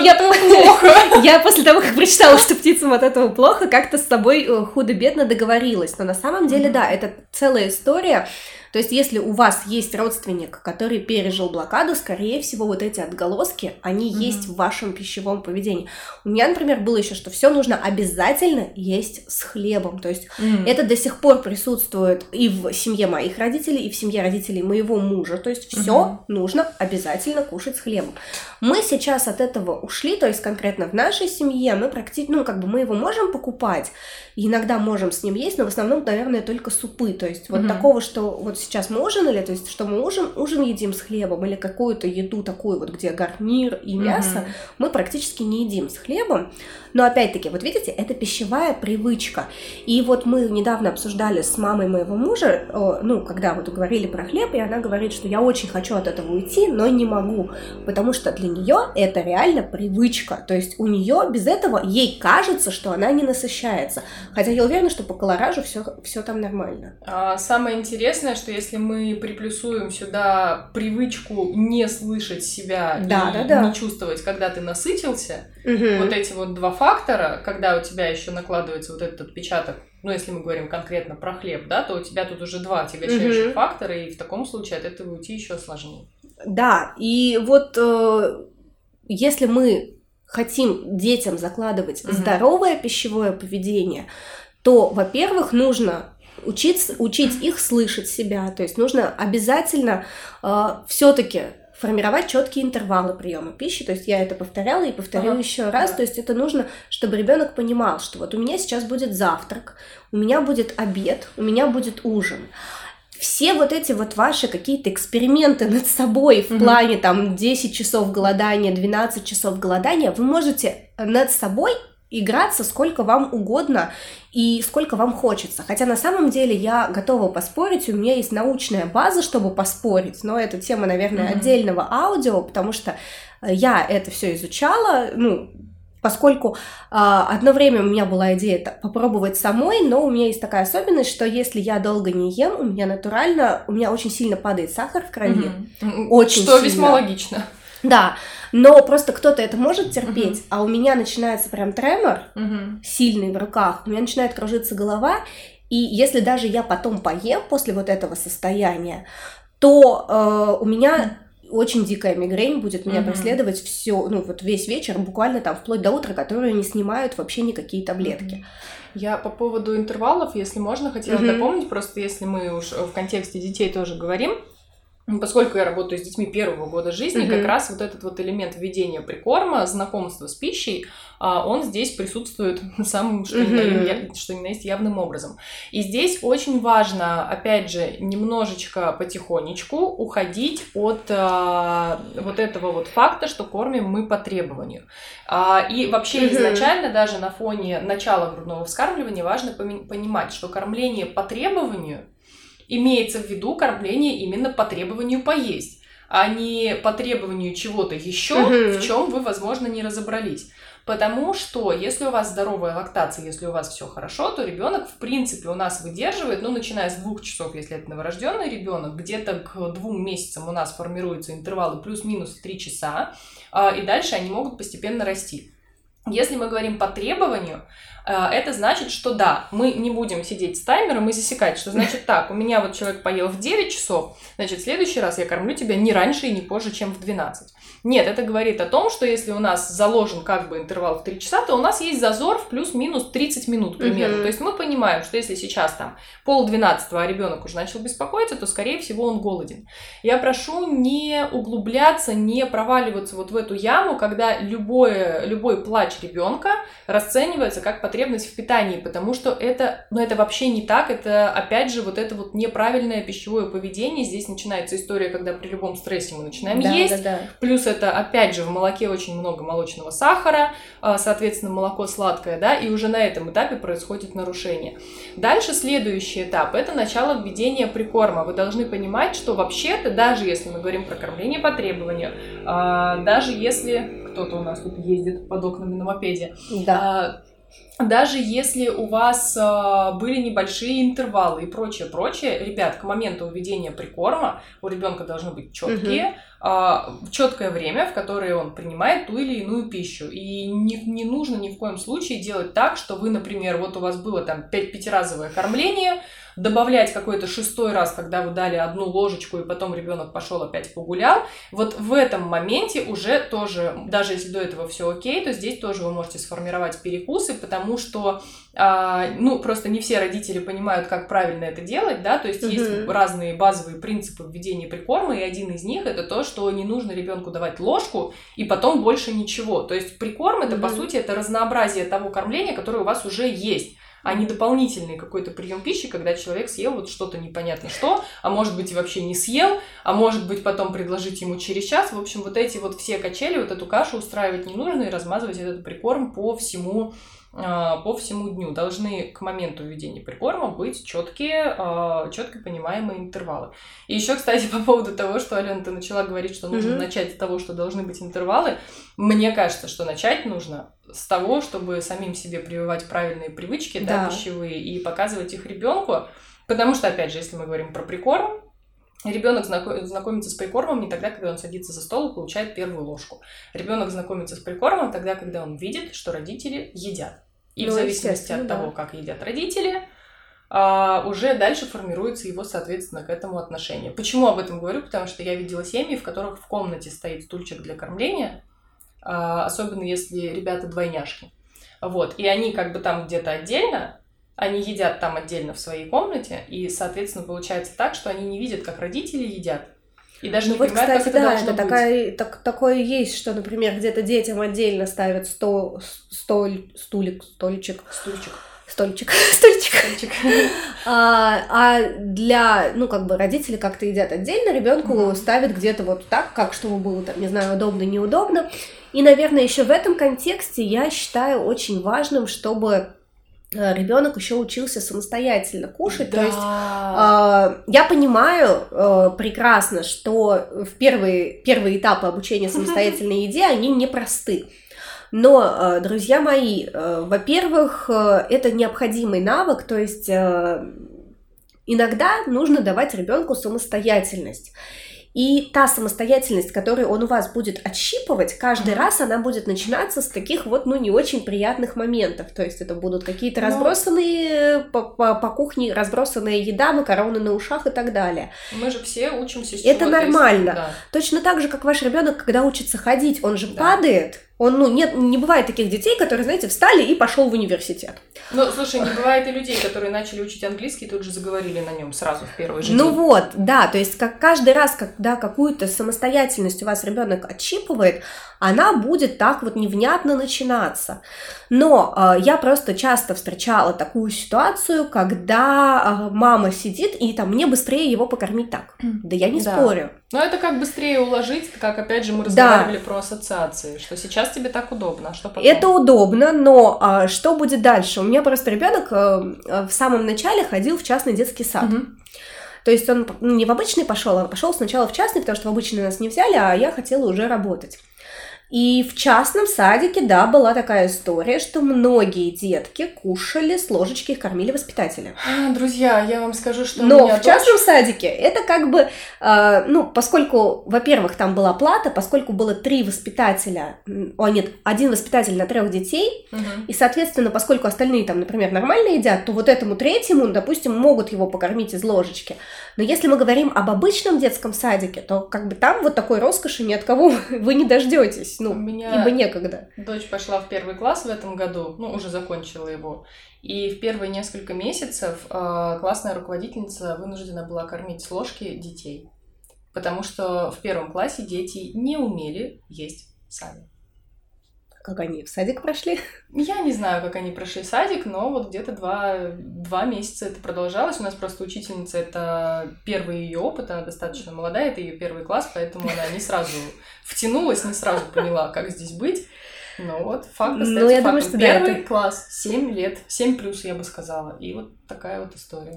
Я после того, как прочитала, что птицам от этого плохо, как-то с собой худо-бедно договорилась. Но на самом деле, да, это целая история. То есть, если у вас есть родственник, который пережил блокаду, скорее всего, вот эти отголоски, они есть в вашем пищевом поведении. У меня, например, было еще, что все нужно обязательно есть с хлебом. То есть, это до сих пор присутствует и в семье моих родителей, и в семье родителей моего мужа. То есть, все нужно обязательно кушать с хлебом. Мы сейчас от этого ушли, то есть, конкретно в нашей семье мы практически, мы его можем покупать, и иногда можем с ним есть, но в основном, наверное, только супы. То есть вот такого, что вот сейчас мы ужинали, то есть что мы ужин едим с хлебом или какую-то еду такую вот, где гарнир и мясо, мы практически не едим с хлебом. Но опять-таки, вот видите, это пищевая привычка. И вот мы недавно обсуждали с мамой моего мужа, когда вот говорили про хлеб, и она говорит, что я очень хочу от этого уйти, но не могу, потому что для нее это реально привычка. То есть у нее без этого, ей кажется, что она не насыщается. Хотя я уверена, что по колоражу все там нормально. Самое интересное, что если мы приплюсуем сюда привычку не слышать себя не чувствовать, когда ты насытился, вот эти вот два фактора, когда у тебя еще накладывается вот этот отпечаток, если мы говорим конкретно про хлеб, да, то у тебя тут уже два тягощающих фактора, и в таком случае от этого уйти еще сложнее. Да, и вот если мы хотим детям закладывать здоровое пищевое поведение, то, во-первых, нужно учить их слышать себя, то есть нужно обязательно все-таки формировать четкие интервалы приема пищи, то есть я это повторяла и повторю еще раз, то есть это нужно, чтобы ребенок понимал, что вот у меня сейчас будет завтрак, у меня будет обед, у меня будет ужин. Все вот эти вот ваши какие-то эксперименты над собой в плане там 10 часов голодания, 12 часов голодания, вы можете над собой играться сколько вам угодно и сколько вам хочется. Хотя на самом деле я готова поспорить, у меня есть научная база, чтобы поспорить, но это тема, наверное, отдельного аудио, потому что я это все изучала, поскольку одно время у меня была идея попробовать самой, но у меня есть такая особенность, что если я долго не ем, у меня очень сильно падает сахар в крови. Очень что сильно. Весьма логично. Да, но просто кто-то это может терпеть, а у меня начинается прям тремор сильный в руках, у меня начинает кружиться голова, и если даже я потом поем после вот этого состояния, то у меня очень дикая мигрень будет меня преследовать весь вечер, буквально там вплоть до утра, которую не снимают вообще никакие таблетки. Я по поводу интервалов, если можно, хотела дополнить, просто если мы уж в контексте детей тоже говорим, поскольку я работаю с детьми первого года жизни, как раз вот этот вот элемент введения прикорма, знакомства с пищей, он здесь присутствует самым, что ни на есть, явным образом. И здесь очень важно, опять же, немножечко потихонечку уходить от вот этого вот факта, что кормим мы по требованию. И вообще изначально даже на фоне начала грудного вскармливания важно понимать, что кормление по требованию имеется в виду кормление именно по требованию поесть, а не по требованию чего-то еще, в чем вы, возможно, не разобрались. Потому что если у вас здоровая лактация, если у вас все хорошо, то ребенок, в принципе, у нас выдерживает, начиная с 2 часов, если это новорожденный ребенок, где-то к 2 месяцам у нас формируются интервалы плюс-минус 3 часа, и дальше они могут постепенно расти. Если мы говорим по требованию, это значит, что да, мы не будем сидеть с таймером и засекать, что значит так, у меня вот человек поел в 9 часов, значит, в следующий раз я кормлю тебя не раньше и не позже, чем в 12. Нет, это говорит о том, что если у нас заложен интервал в 3 часа, то у нас есть зазор в плюс-минус 30 минут примерно. То есть мы понимаем, что если сейчас там 11:30, а ребенок уже начал беспокоиться, то, скорее всего, он голоден. Я прошу не углубляться, не проваливаться вот в эту яму, когда любой плач ребенка расценивается как потребность в питании, потому что это вообще не так, это опять же вот это вот неправильное пищевое поведение. Здесь начинается история, когда при любом стрессе мы начинаем есть, плюс это опять же в молоке очень много молочного сахара, соответственно молоко сладкое, да, и уже на этом этапе происходит нарушение. Дальше следующий этап — это начало введения прикорма. Вы должны понимать, что вообще-то, даже если мы говорим про кормление по to даже если кто-то у нас тут ездит под окнами на мопеде, даже если у вас были небольшие интервалы и прочее, ребят, к моменту введения прикорма у ребенка должны быть четкие, четкое время, в которое он принимает ту или иную пищу. И не нужно ни в коем случае делать так, что вы, например, вот у вас было там 5-разовое кормление, добавлять какой-то 6-й раз, когда вы дали 1 ложечку, и потом ребенок пошел опять погулял. Вот в этом моменте уже тоже, даже если до этого все окей, то здесь тоже вы можете сформировать перекусы, потому что просто не все родители понимают, как правильно это делать, да, то есть есть разные базовые принципы введения прикорма, и один из них это то, что не нужно ребенку давать ложку и потом больше ничего. То есть прикорм это по сути это разнообразие того кормления, которое у вас уже есть, а не дополнительный какой-то прием пищи, когда человек съел вот что-то непонятно что, а может быть и вообще не съел, а может быть потом предложить ему через час. В общем, вот эти вот все качели, вот эту кашу устраивать не нужно и размазывать этот прикорм по всему дню. Должны к моменту введения прикорма быть четко понимаемые интервалы. И еще, кстати, по поводу того, что, Алена, ты начала говорить, что нужно начать с того, что должны быть интервалы. Мне кажется, что начать нужно с того, чтобы самим себе прививать правильные привычки, да, пищевые, и показывать их ребенку. Потому что, опять же, если мы говорим про прикорм, ребенок знакомится с прикормом не тогда, когда он садится за стол и получает первую ложку. Ребенок знакомится с прикормом тогда, когда он видит, что родители едят. И в зависимости от того, как едят родители, уже дальше формируется его, соответственно, к этому отношение. Почему об этом говорю? Потому что я видела семьи, в которых в комнате стоит стульчик для кормления, особенно если ребята двойняшки. Вот. И они как бы там где-то отдельно, они едят там отдельно в своей комнате, и, соответственно, получается так, что они не видят, как родители едят. И даже не понимают, кстати, как это должно быть. Такое есть, что, например, где-то детям отдельно ставят стульчик. А для, родители как-то едят отдельно, ребенку ставят где-то вот так, как чтобы было, там, не знаю, удобно, неудобно. И, наверное, еще в этом контексте я считаю очень важным, чтобы ребенок еще учился самостоятельно кушать. То есть я понимаю прекрасно, что в первые этапы обучения самостоятельной еде, они непросты. Но, друзья мои, во-первых, это необходимый навык, то есть иногда нужно давать ребенку самостоятельность. И та самостоятельность, которую он у вас будет отщипывать, каждый раз она будет начинаться с таких вот, не очень приятных моментов. То есть это будут какие-то разбросанные по кухне, разбросанная еда, макароны на ушах и так далее. Мы же все учимся с чего-то. Это нормально. Да. Точно так же, как ваш ребенок, когда учится ходить, он же падает. Он, не бывает таких детей, которые, знаете, встали и пошел в университет. Слушай, не бывает и людей, которые начали учить английский и тут же заговорили на нем сразу в первый же день. То есть как каждый раз, когда какую-то самостоятельность у вас ребенок отщипывает, она будет так вот невнятно начинаться. Но я просто часто встречала такую ситуацию, когда мама сидит и там, мне быстрее его покормить так. Да я не спорю. Но это как быстрее уложить, как опять же мы разговаривали про ассоциации, что сейчас тебе так удобно, а что потом? Это удобно, но что будет дальше? У меня просто ребенок в самом начале ходил в частный детский сад. То есть он не в обычный пошел, а пошел сначала в частный, потому что в обычный нас не взяли, а я хотела уже работать. И в частном садике, была такая история, что многие детки кушали с ложечки, их кормили воспитатели. Друзья, я вам скажу, что Но в частном садике это как бы, поскольку, во-первых, там была плата, поскольку было 3 воспитателя, один воспитатель на 3 детей, и, соответственно, поскольку остальные там, например, нормально едят, то вот этому 3-му, допустим, могут его покормить из ложечки. Но если мы говорим об обычном детском садике, то как бы там вот такой роскоши ни от кого вы не дождетесь. У меня ибо некогда. Дочь пошла в 1 класс в этом году, уже закончила его. И в первые несколько месяцев классная руководительница вынуждена была кормить с ложки детей. Потому что в 1 классе дети не умели есть сами. Как они в садик прошли? Я не знаю, как они прошли садик, но вот где-то 2 месяца это продолжалось. У нас просто учительница, это первый ее опыт, она достаточно молодая, это ее 1 класс, поэтому она не сразу втянулась, не сразу поняла, как здесь быть. Но вот факт остается фактом. Думаю, что 1 класс, 7 лет, 7+, я бы сказала. И вот такая вот история.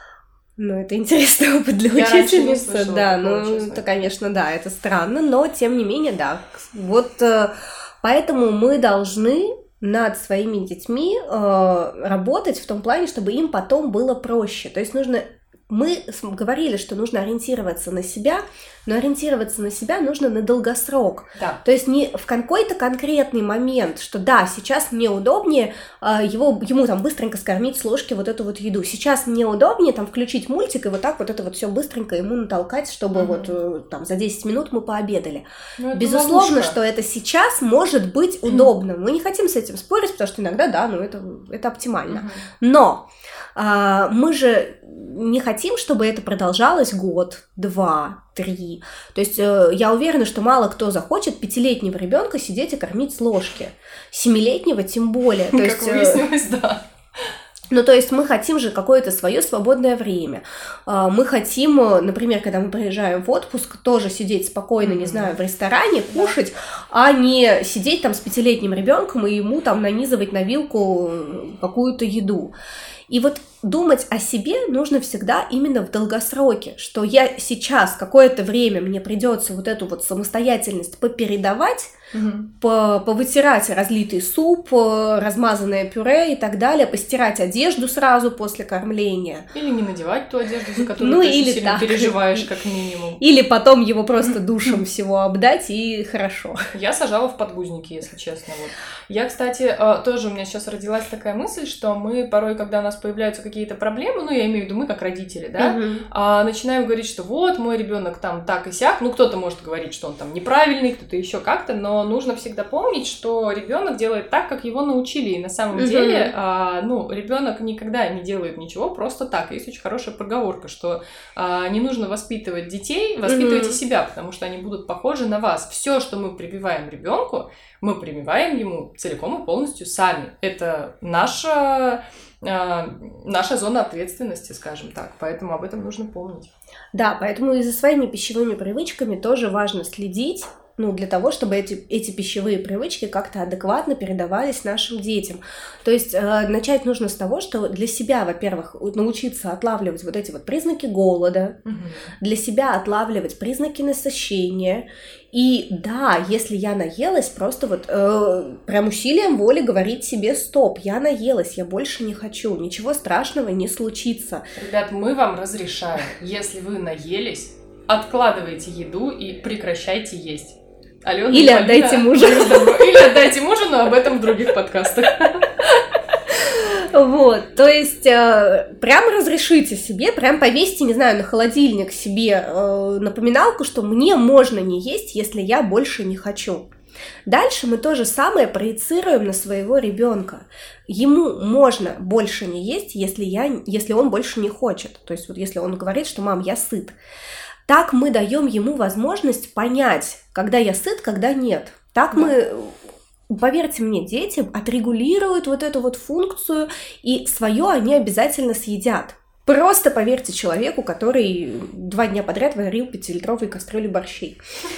Это интересный опыт для учительницы. Это, конечно, это странно, но тем не менее, Вот... Поэтому мы должны над своими детьми работать в том плане, чтобы им потом было проще. То есть мы говорили, что нужно ориентироваться на себя, но ориентироваться на себя нужно на долгосрок. Да. То есть не в какой-то конкретный момент, что да, сейчас мне удобнее ему там быстренько скормить с ложки вот эту вот еду. Сейчас мне удобнее там включить мультик и вот так вот это вот все быстренько ему натолкать, чтобы вот там за 10 минут мы пообедали. Безусловно, что это сейчас может быть удобно. Мы не хотим с этим спорить, потому что иногда, да, это оптимально. Но мы же не хотим, чтобы это продолжалось год, 2, 3. То есть я уверена, что мало кто захочет 5-летнего ребенка сидеть и кормить с ложки. 7-летнего тем более. То как выяснилось, да. Ну, то есть мы хотим же какое-то свое свободное время. Мы хотим, например, когда мы приезжаем в отпуск, тоже сидеть спокойно, не знаю, в ресторане, кушать, а не сидеть там с 5-летним ребенком и ему там нанизывать на вилку какую-то еду. И вот думать о себе нужно всегда именно в долгосроке, что я сейчас какое-то время мне придется вот эту вот самостоятельность попередавать, повытирать разлитый суп, размазанное пюре и так далее, постирать одежду сразу после кормления. Или не надевать ту одежду, за которую ты очень сильно переживаешь, как минимум. Или потом его просто душем всего обдать, и хорошо. Я сажала в подгузники, если честно. Вот. Я, кстати, тоже у меня сейчас родилась такая мысль, что мы порой, когда у нас появляются какие-то проблемы, ну, я имею в виду мы как родители, да, начинаем говорить, что вот, мой ребенок там так и сяк, ну, кто-то может говорить, что он там неправильный, кто-то еще как-то, но нужно всегда помнить, что ребенок делает так, как его научили, и на самом деле, ребенок никогда не делает ничего просто так. Есть очень хорошая поговорка, что не нужно воспитывать детей, воспитывайте себя, потому что они будут похожи на вас. Все, что мы прививаем ребенку, мы прививаем ему целиком и полностью сами. Это наша зона ответственности, скажем так, поэтому об этом нужно помнить. Да, поэтому и за своими пищевыми привычками тоже важно следить, для того, чтобы эти пищевые привычки как-то адекватно передавались нашим детям. То есть начать нужно с того, что для себя, во-первых, научиться отлавливать вот эти вот признаки голода, для себя отлавливать признаки насыщения. И да, если я наелась, просто вот прям усилием воли говорить себе: стоп, я наелась, я больше не хочу, ничего страшного не случится. Ребят, мы вам разрешаем, если вы наелись, откладывайте еду и прекращайте есть. Алена или отдайте мужу. Или отдайте мужу, но об этом в других подкастах. Вот, то есть прям разрешите себе, прям повесьте, не знаю, на холодильник себе напоминалку, что мне можно не есть, если я больше не хочу. Дальше мы то же самое проецируем на своего ребенка. Ему можно больше не есть, если он больше не хочет. То есть вот если он говорит, что мам, я сыт. Так мы даем ему возможность понять, когда я сыт, когда нет. Так мы, поверьте мне, дети отрегулируют вот эту вот функцию, и свое они обязательно съедят. Просто поверьте человеку, который 2 дня подряд варил 5-литровые кастрюли борщей.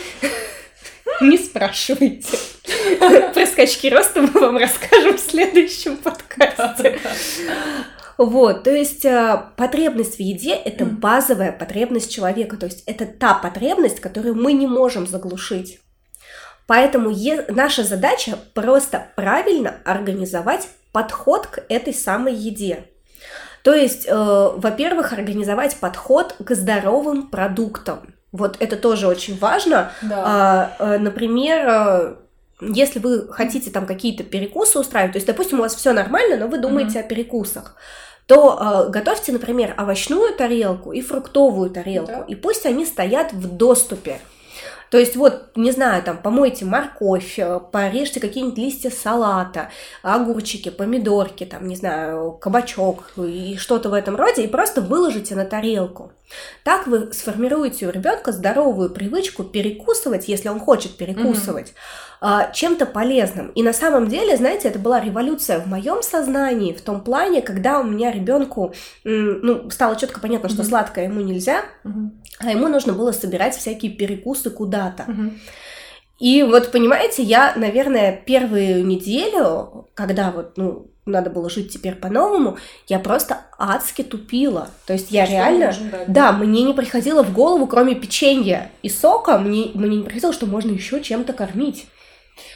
Не спрашивайте. Про скачки роста мы вам расскажем в следующем подкасте. Вот, то есть потребность в еде – это базовая потребность человека, то есть это та потребность, которую мы не можем заглушить. Поэтому наша задача просто правильно организовать подход к этой самой еде. То есть, во-первых, организовать подход к здоровым продуктам. Вот это тоже очень важно. Да. Например, если вы хотите там какие-то перекусы устраивать, то есть, допустим, у вас все нормально, но вы думаете о перекусах, то готовьте, например, овощную тарелку и фруктовую тарелку, и пусть они стоят в доступе. То есть вот, не знаю, там, помойте морковь, порежьте какие-нибудь листья салата, огурчики, помидорки, там, не знаю, кабачок и что-то в этом роде, и просто выложите на тарелку. Так вы сформируете у ребенка здоровую привычку перекусывать, если он хочет перекусывать, чем-то полезным. И на самом деле, знаете, это была революция в моем сознании, в том плане, когда у меня ребенку стало четко понятно, что сладкое ему нельзя, а ему нужно было собирать всякие перекусы куда-то. И вот, понимаете, я, наверное, первую неделю, когда вот, надо было жить теперь по-новому, я просто адски тупила. То есть я реально... Да, мне не приходило в голову, кроме печенья и сока, мне не приходило, что можно еще чем-то кормить.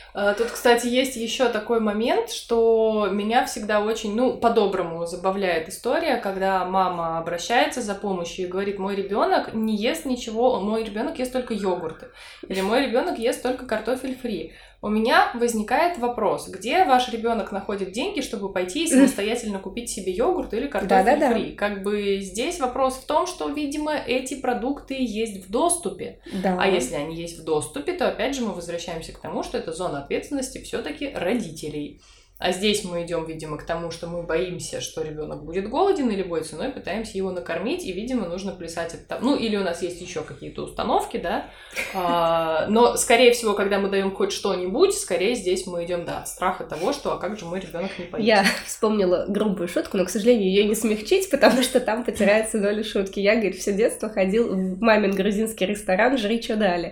Тут, кстати, есть еще такой момент, что меня всегда очень, по-доброму забавляет история, когда мама обращается за помощью и говорит: мой ребенок не ест ничего, мой ребенок ест только йогурты, или мой ребенок ест только картофель фри. У меня возникает вопрос: где ваш ребенок находит деньги, чтобы пойти и самостоятельно купить себе йогурт или картофель фри? Как бы здесь вопрос в том, что, видимо, эти продукты есть в доступе. Да. А если они есть в доступе, то опять же мы возвращаемся к тому, что это зона ответственности все-таки родителей. А здесь мы идем, видимо, к тому, что мы боимся, что ребенок будет голоден, и любой ценой пытаемся его накормить, и, видимо, нужно плясать это там. Или у нас есть еще какие-то установки, да. Но, скорее всего, когда мы даем хоть что-нибудь, скорее здесь мы идем, от страха того, что как же мой ребенок не поест. Я вспомнила грубую шутку, но, к сожалению, ее не смягчить, потому что там потеряется доля шутки. Я, говорит, все детство ходил в мамин грузинский ресторан «Жри, что дали».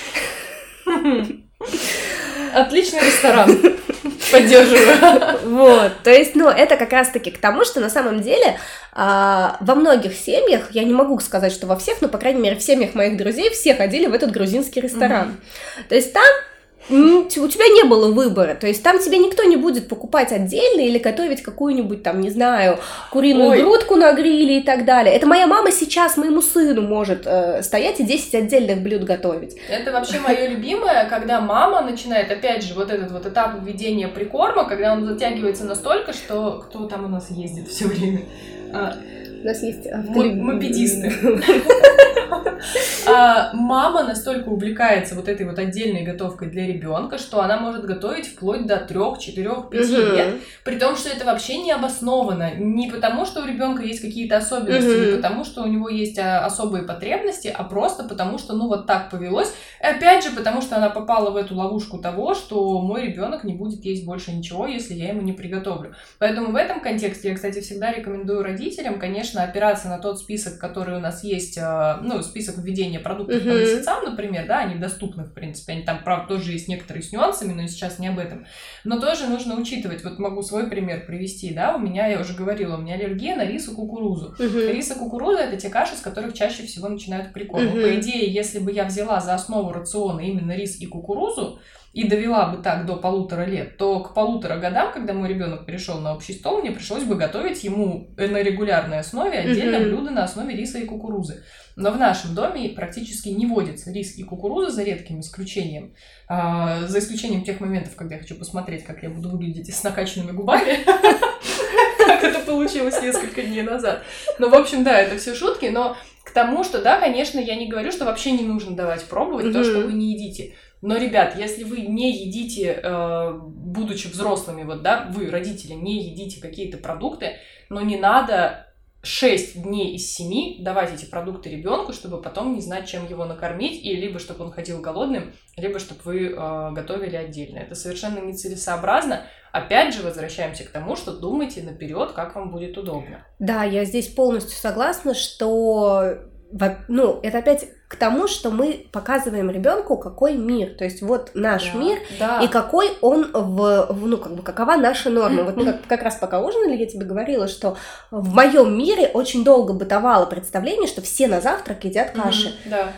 Отличный ресторан. Поддерживаю. Вот, то есть, это как раз-таки к тому, что на самом деле во многих семьях, я не могу сказать, что во всех, но, по крайней мере, в семьях моих друзей все ходили в этот грузинский ресторан. То есть там у тебя не было выбора, то есть там тебе никто не будет покупать отдельно или готовить какую-нибудь там, не знаю, куриную грудку на гриле и так далее. Это моя мама сейчас моему сыну может стоять и 10 отдельных блюд готовить. Это вообще мое любимое, когда мама начинает, опять же, вот этот вот этап введения прикорма, когда он затягивается настолько, что... Кто там у нас ездит все время? У нас есть мопедисты. Мама настолько увлекается вот этой вот отдельной готовкой для ребенка, что она может готовить вплоть до 3, 4, 5 лет, при том, что это вообще не обосновано. Не потому, что у ребенка есть какие-то особенности, не потому, что у него есть особые потребности, а просто потому, что вот так повелось. И опять же, потому что она попала в эту ловушку того, что мой ребенок не будет есть больше ничего, если я ему не приготовлю. Поэтому в этом контексте я, кстати, всегда рекомендую родителям, конечно, опираться на тот список, который у нас есть, список введения продуктов по месяцам, например, да, они доступны, в принципе, они там, правда, тоже есть некоторые с нюансами, но сейчас не об этом. Но тоже нужно учитывать, вот могу свой пример привести, да, я уже говорила, у меня аллергия на рис и кукурузу. Рис и кукуруза — это те каши, с которых чаще всего начинают прикорм. По идее, если бы я взяла за основу рациона именно рис и кукурузу, и довела бы так до 1,5 лет, то к 1,5 годам, когда мой ребенок перешел на общий стол, мне пришлось бы готовить ему на регулярной основе отдельно блюдо на основе риса и кукурузы. Но в нашем доме практически не водится рис и кукуруза, за редким исключением. За исключением тех моментов, когда я хочу посмотреть, как я буду выглядеть с накачанными губами. Как это получилось несколько дней назад. В общем, да, это все шутки, но к тому, что, да, конечно, я не говорю, что вообще не нужно давать пробовать то, что вы не едите. Но, ребят, если вы не едите, будучи взрослыми, вы, родители, не едите какие-то продукты, но не надо 6 дней из 7 давать эти продукты ребенку, чтобы потом не знать, чем его накормить, и либо чтобы он ходил голодным, либо чтобы вы готовили отдельно. Это совершенно нецелесообразно. Опять же, возвращаемся к тому, что думайте наперед, как вам будет удобно. Да, я здесь полностью согласна, что... это опять к тому, что мы показываем ребенку, какой мир, то есть вот наш мир, и какой он какова наша норма. Вот мы как раз пока ужинали, я тебе говорила, что в моем мире очень долго бытовало представление, что все на завтрак едят каши.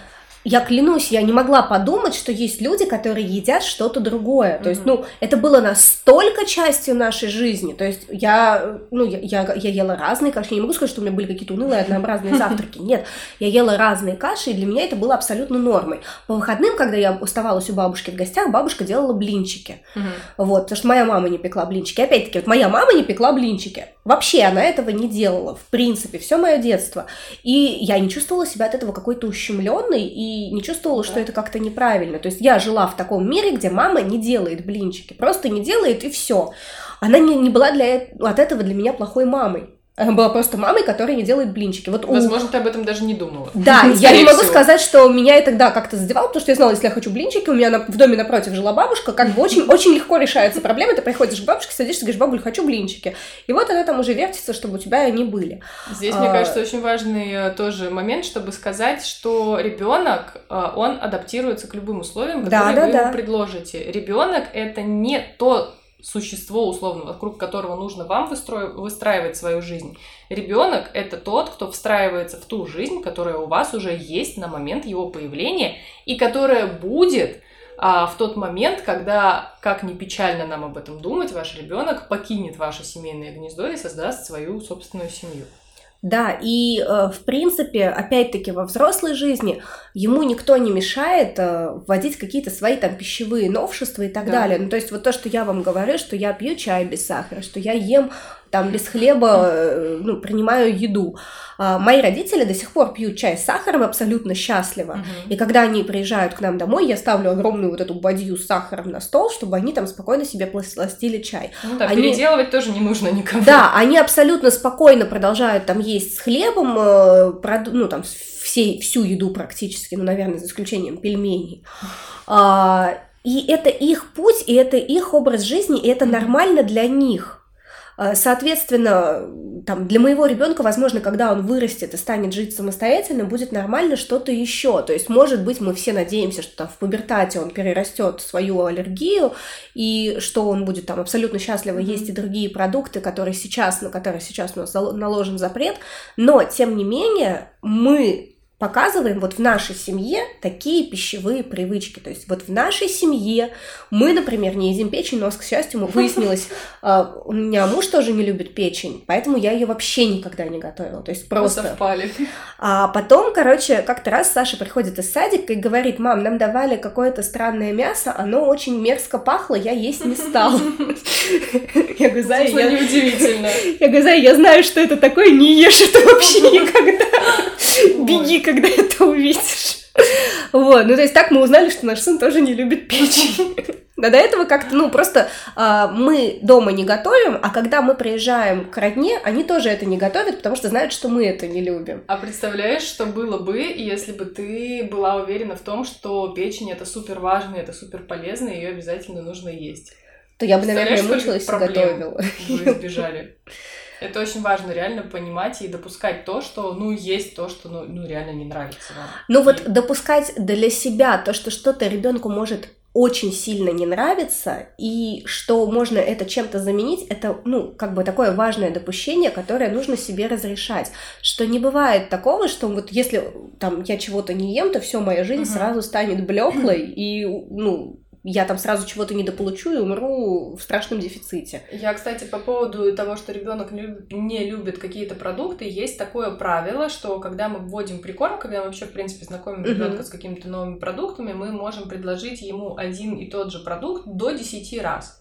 Я клянусь, я не могла подумать, что есть люди, которые едят что-то другое. То есть, это было настолько частью нашей жизни. То есть, я ела разные каши. Я не могу сказать, что у меня были какие-то унылые однообразные завтраки. Нет, я ела разные каши, и для меня это было абсолютно нормой. По выходным, когда я оставалась у бабушки в гостях, бабушка делала блинчики. Потому что моя мама не пекла блинчики. Опять-таки, моя мама не пекла блинчики. Вообще она этого не делала, в принципе, все мое детство. И я не чувствовала себя от этого какой-то ущемленной, и не чувствовала, что это как-то неправильно. То есть я жила в таком мире, где мама не делает блинчики, просто не делает и все. Она не была от этого для меня плохой мамой. Она была просто мамой, которая не делает блинчики. Возможно, ты об этом даже не думала. Да, я не могу сказать, что меня это, как-то задевало, потому что я знала, если я хочу блинчики, у меня в доме напротив жила бабушка, очень, очень легко решается проблема, ты приходишь к бабушке, садишься, говоришь: бабуль, хочу блинчики. И вот она там уже вертится, чтобы у тебя они были. Здесь, мне кажется, очень важный тоже момент, чтобы сказать, что ребенок, он адаптируется к любым условиям, которые вы ему предложите. Ребенок — это не то существо, условно, вокруг которого нужно вам выстраивать свою жизнь. Ребенок — это тот, кто встраивается в ту жизнь, которая у вас уже есть на момент его появления, и которая будет в тот момент, когда, как ни печально нам об этом думать, ваш ребенок покинет ваше семейное гнездо и создаст свою собственную семью. Да, и в принципе, опять-таки, во взрослой жизни ему никто не мешает вводить какие-то свои там пищевые новшества и так далее. Ну, то есть вот то, что я вам говорю, что я пью чай без сахара, что я ем там без хлеба, ну, принимаю еду. Мои родители до сих пор пьют чай с сахаром абсолютно счастливо. И когда они приезжают к нам домой, я ставлю огромную вот эту бадью с сахаром на стол, чтобы они там спокойно себе пластили чай. Ну да, переделывать тоже не нужно никому. Да, они абсолютно спокойно продолжают там есть с хлебом, ну там всю еду практически, ну, наверное, за исключением пельменей. И это их путь, и это их образ жизни, и это нормально для них. Соответственно, там, для моего ребенка, возможно, когда он вырастет и станет жить самостоятельно, будет нормально что-то еще. То есть, может быть, мы все надеемся, что там в пубертате он перерастет свою аллергию, и что он будет там абсолютно счастливо есть и другие продукты, на которые сейчас у нас наложен запрет. Но, тем не менее, мы показываем вот в нашей семье такие пищевые привычки. То есть вот в нашей семье мы, например, не едим печень, но, к счастью, выяснилось, у меня муж тоже не любит печень, поэтому я ее вообще никогда не готовила. То есть просто... Совпали. А потом, короче, как-то раз Саша приходит из садика и говорит: мам, нам давали какое-то странное мясо, оно очень мерзко пахло, я есть не стала. Я говорю: Зая, неудивительно. Я говорю: Зая, я знаю, что это такое, не ешь это вообще никогда. Беги, когда это увидишь. Вот, ну то есть так мы узнали, что наш сын тоже не любит печень. Но до этого как-то, ну просто мы дома не готовим, а когда мы приезжаем к родне, они тоже это не готовят, потому что знают, что мы это не любим. А представляешь, что было бы, если бы ты была уверена в том, что печень это супер важно, это супер полезно, и ее обязательно нужно есть? То я бы, наверное, мучилась и готовила. Вы избежали. Это очень важно реально понимать и допускать то, что, ну, есть то, что, ну реально не нравится вам. Ну, вот допускать для себя то, что что-то ребенку может очень сильно не нравиться, и что можно это чем-то заменить, это, ну, как бы такое важное допущение, которое нужно себе разрешать. Что не бывает такого, что вот если там я чего-то не ем, то все, моя жизнь сразу станет блеклой, и, ну, я там сразу чего-то недополучу и умру в страшном дефиците. Я, кстати, по поводу того, что ребенок не любит какие-то продукты, есть такое правило, что когда мы вводим прикорм, когда мы вообще, в принципе, знакомим ребенка с какими-то новыми продуктами, мы можем предложить ему один и тот же продукт до 10 раз.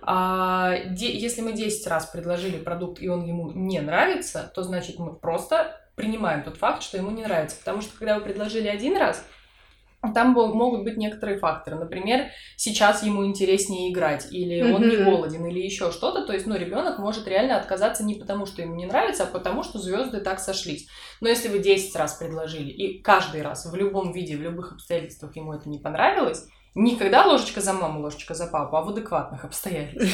Если мы 10 раз предложили продукт, и он ему не нравится, то, значит, мы просто принимаем тот факт, что ему не нравится. Потому что, когда вы предложили один раз, там могут быть некоторые факторы. Например, сейчас ему интереснее играть, или он не голоден, или еще что-то. То есть, ну, ребенок может реально отказаться не потому, что ему не нравится, а потому, что звезды так сошлись. Но если вы 10 раз предложили, и каждый раз в любом виде, в любых обстоятельствах ему это не понравилось, не когда ложечка за маму, ложечка за папу, а в адекватных обстоятельствах,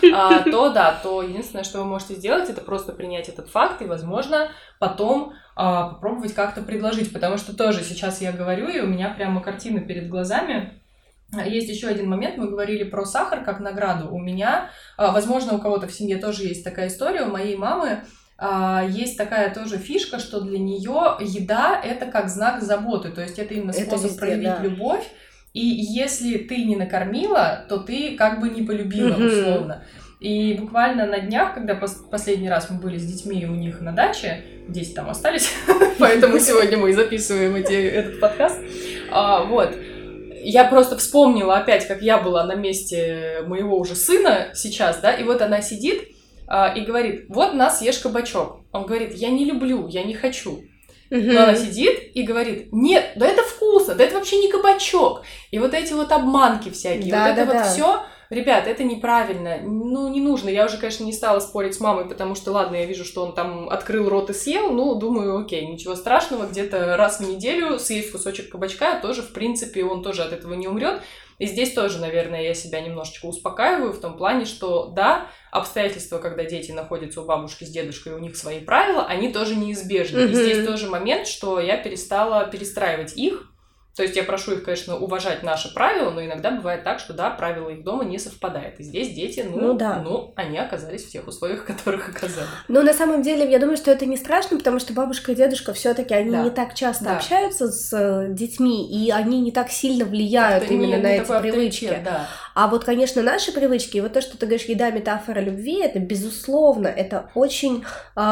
то единственное, что вы можете сделать, это просто принять этот факт и, возможно, потом попробовать как-то предложить, потому что тоже сейчас я говорю, и у меня прямо картина перед глазами. Есть еще один момент, мы говорили про сахар как награду. У меня, возможно, у кого-то в семье тоже есть такая история, у моей мамы есть такая тоже фишка, что для нее еда — это как знак заботы, то есть это именно способ проявить любовь. И если ты не накормила, то ты как бы не полюбила, условно. И буквально на днях, когда последний раз мы были с детьми у них на даче, дети там остались, поэтому сегодня мы записываем этот подкаст, вот, я просто вспомнила опять, как я была на месте моего уже сына сейчас, да, и вот она сидит и говорит: вот на, съешь кабачок. Он говорит: я не люблю, я не хочу. Но она сидит и говорит: нет, да это вкусно, да это вообще не кабачок. И вот эти вот обманки всякие, да, вот это вот все, ребят, это неправильно, ну не нужно. Я уже, конечно, не стала спорить с мамой, потому что, ладно, я вижу, что он там открыл рот и съел, ну, думаю, окей, ничего страшного, где-то раз в неделю съесть кусочек кабачка, тоже, в принципе, он тоже от этого не умрет. И здесь тоже, наверное, я себя немножечко успокаиваю в том плане, что да, обстоятельства, когда дети находятся у бабушки с дедушкой, и у них свои правила, они тоже неизбежны. И здесь тоже момент, что я перестала перестраивать их То есть я прошу их, конечно, уважать наши правила, но иногда бывает так, что, да, правила их дома не совпадают. И здесь дети, они оказались в тех условиях, в которых оказались. Но на самом деле, я думаю, что это не страшно, потому что бабушка и дедушка все-таки они не так часто общаются с детьми, и они не так сильно влияют именно на эти привычки. Да. А вот, конечно, наши привычки, и вот то, что ты говоришь, еда, метафора любви, это безусловно, это очень...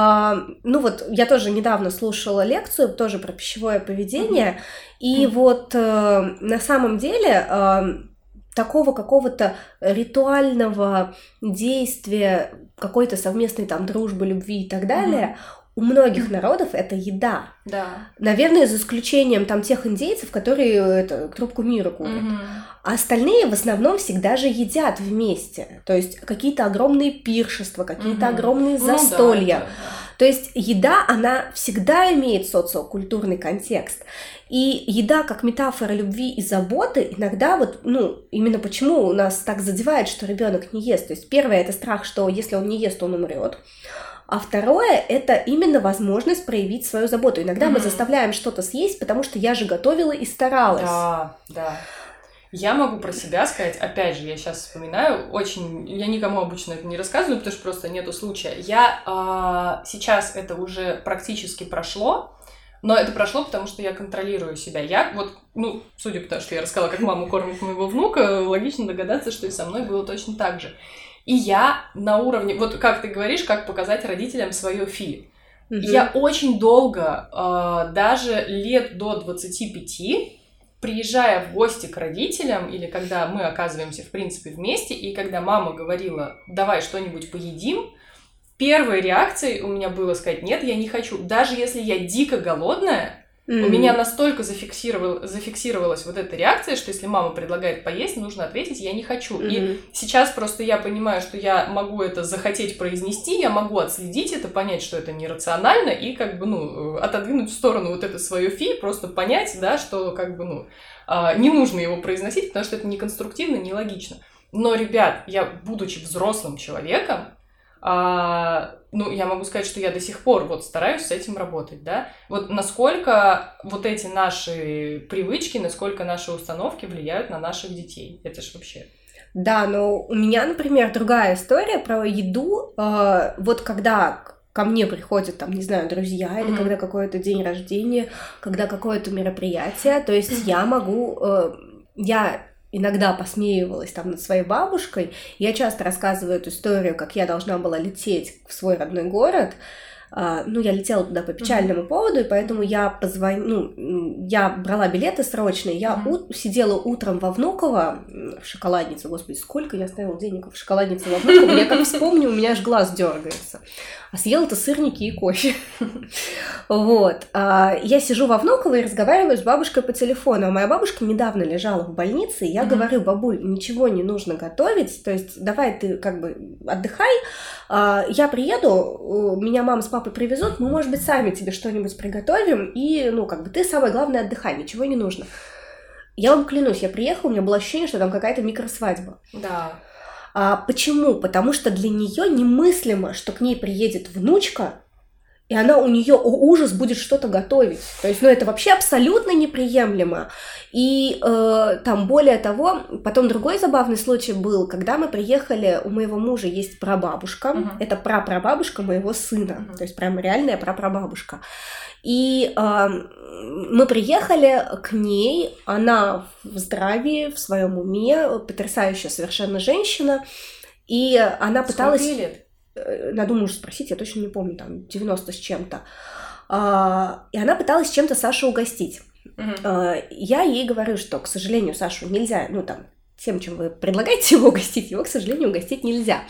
я тоже недавно слушала лекцию, тоже про пищевое поведение, и вот на самом деле такого какого-то ритуального действия, какой-то совместной там дружбы, любви и так далее, у многих народов это еда. Да. Наверное, за исключением там тех индейцев, которые трубку мира курят. А остальные в основном всегда же едят вместе. То есть какие-то огромные пиршества, какие-то огромные застолья. То есть еда, она всегда имеет социокультурный контекст. И еда как метафора любви и заботы иногда именно почему у нас так задевает, что ребенок не ест. То есть первое — это страх, что если он не ест, он умрет. А второе — это именно возможность проявить свою заботу. Иногда мы заставляем что-то съесть, потому что я же готовила и старалась. Да. Я могу про себя сказать, опять же, я сейчас вспоминаю, я никому обычно это не рассказываю, потому что просто нету случая. Сейчас это уже практически прошло, но это прошло, потому что я контролирую себя. Судя по тому, что я рассказала, как мама кормит моего внука, логично догадаться, что и со мной было точно так же. И я на уровне, вот как ты говоришь, как показать родителям свое фи. Я очень долго, даже лет до 25, приезжая в гости к родителям, или когда мы оказываемся, в принципе, вместе, и когда мама говорила, давай что-нибудь поедим, первой реакцией у меня было сказать, нет, я не хочу. Даже если я дико голодная, у меня настолько зафиксировалась вот эта реакция, что если мама предлагает поесть, нужно ответить, я не хочу. И сейчас просто я понимаю, что я могу это захотеть произнести, я могу отследить это, понять, что это нерационально, и отодвинуть в сторону вот это свое фи, просто понять, да, что не нужно его произносить, потому что это не конструктивно, не логично. Но, ребят, я, будучи взрослым человеком, я могу сказать, что я до сих пор стараюсь с этим работать, да. Вот насколько вот эти наши привычки, насколько наши установки влияют на наших детей. Это ж вообще... Да, но у меня, например, другая история про еду. Вот когда ко мне приходят, друзья, или когда какой-то день рождения, когда какое-то мероприятие, то есть я могу... Я иногда посмеивалась над своей бабушкой. Я часто рассказываю эту историю, как я должна была лететь в свой родной город. Я летела туда по печальному поводу, и поэтому я брала билеты срочные. Я сидела утром во Внуково, в шоколаднице. Господи, сколько я ставила денег в шоколаднице во Внуково. Я как вспомню, у меня аж глаз дергается. А съела-то сырники и кофе. Вот. Я сижу во Внуково и разговариваю с бабушкой по телефону. А моя бабушка недавно лежала в больнице, и я говорю, бабуль, ничего не нужно готовить, то есть давай ты отдыхай, я приеду, меня мама с папой привезут, мы, может быть, сами тебе что-нибудь приготовим, и, ты самое главное отдыхай, ничего не нужно. Я вам клянусь, я приехала, у меня было ощущение, что там какая-то микросвадьба. Да. Почему? Потому что для нее немыслимо, что к ней приедет внучка, и у нее ужас будет что-то готовить. То есть, это вообще абсолютно неприемлемо. И более того, потом другой забавный случай был, когда мы приехали, у моего мужа есть прабабушка, это прапрабабушка моего сына, то есть прям реальная прапрабабушка. И мы приехали к ней, она в здравии, в своем уме, потрясающая совершенно женщина, и она пыталась... Сколько ей лет? Надо мужа спросить, я точно не помню, 90 с чем-то. И она пыталась чем-то Сашу угостить. Я ей говорю, что, к сожалению, Сашу нельзя, тем, чем вы предлагаете его угостить, его, к сожалению, угостить нельзя.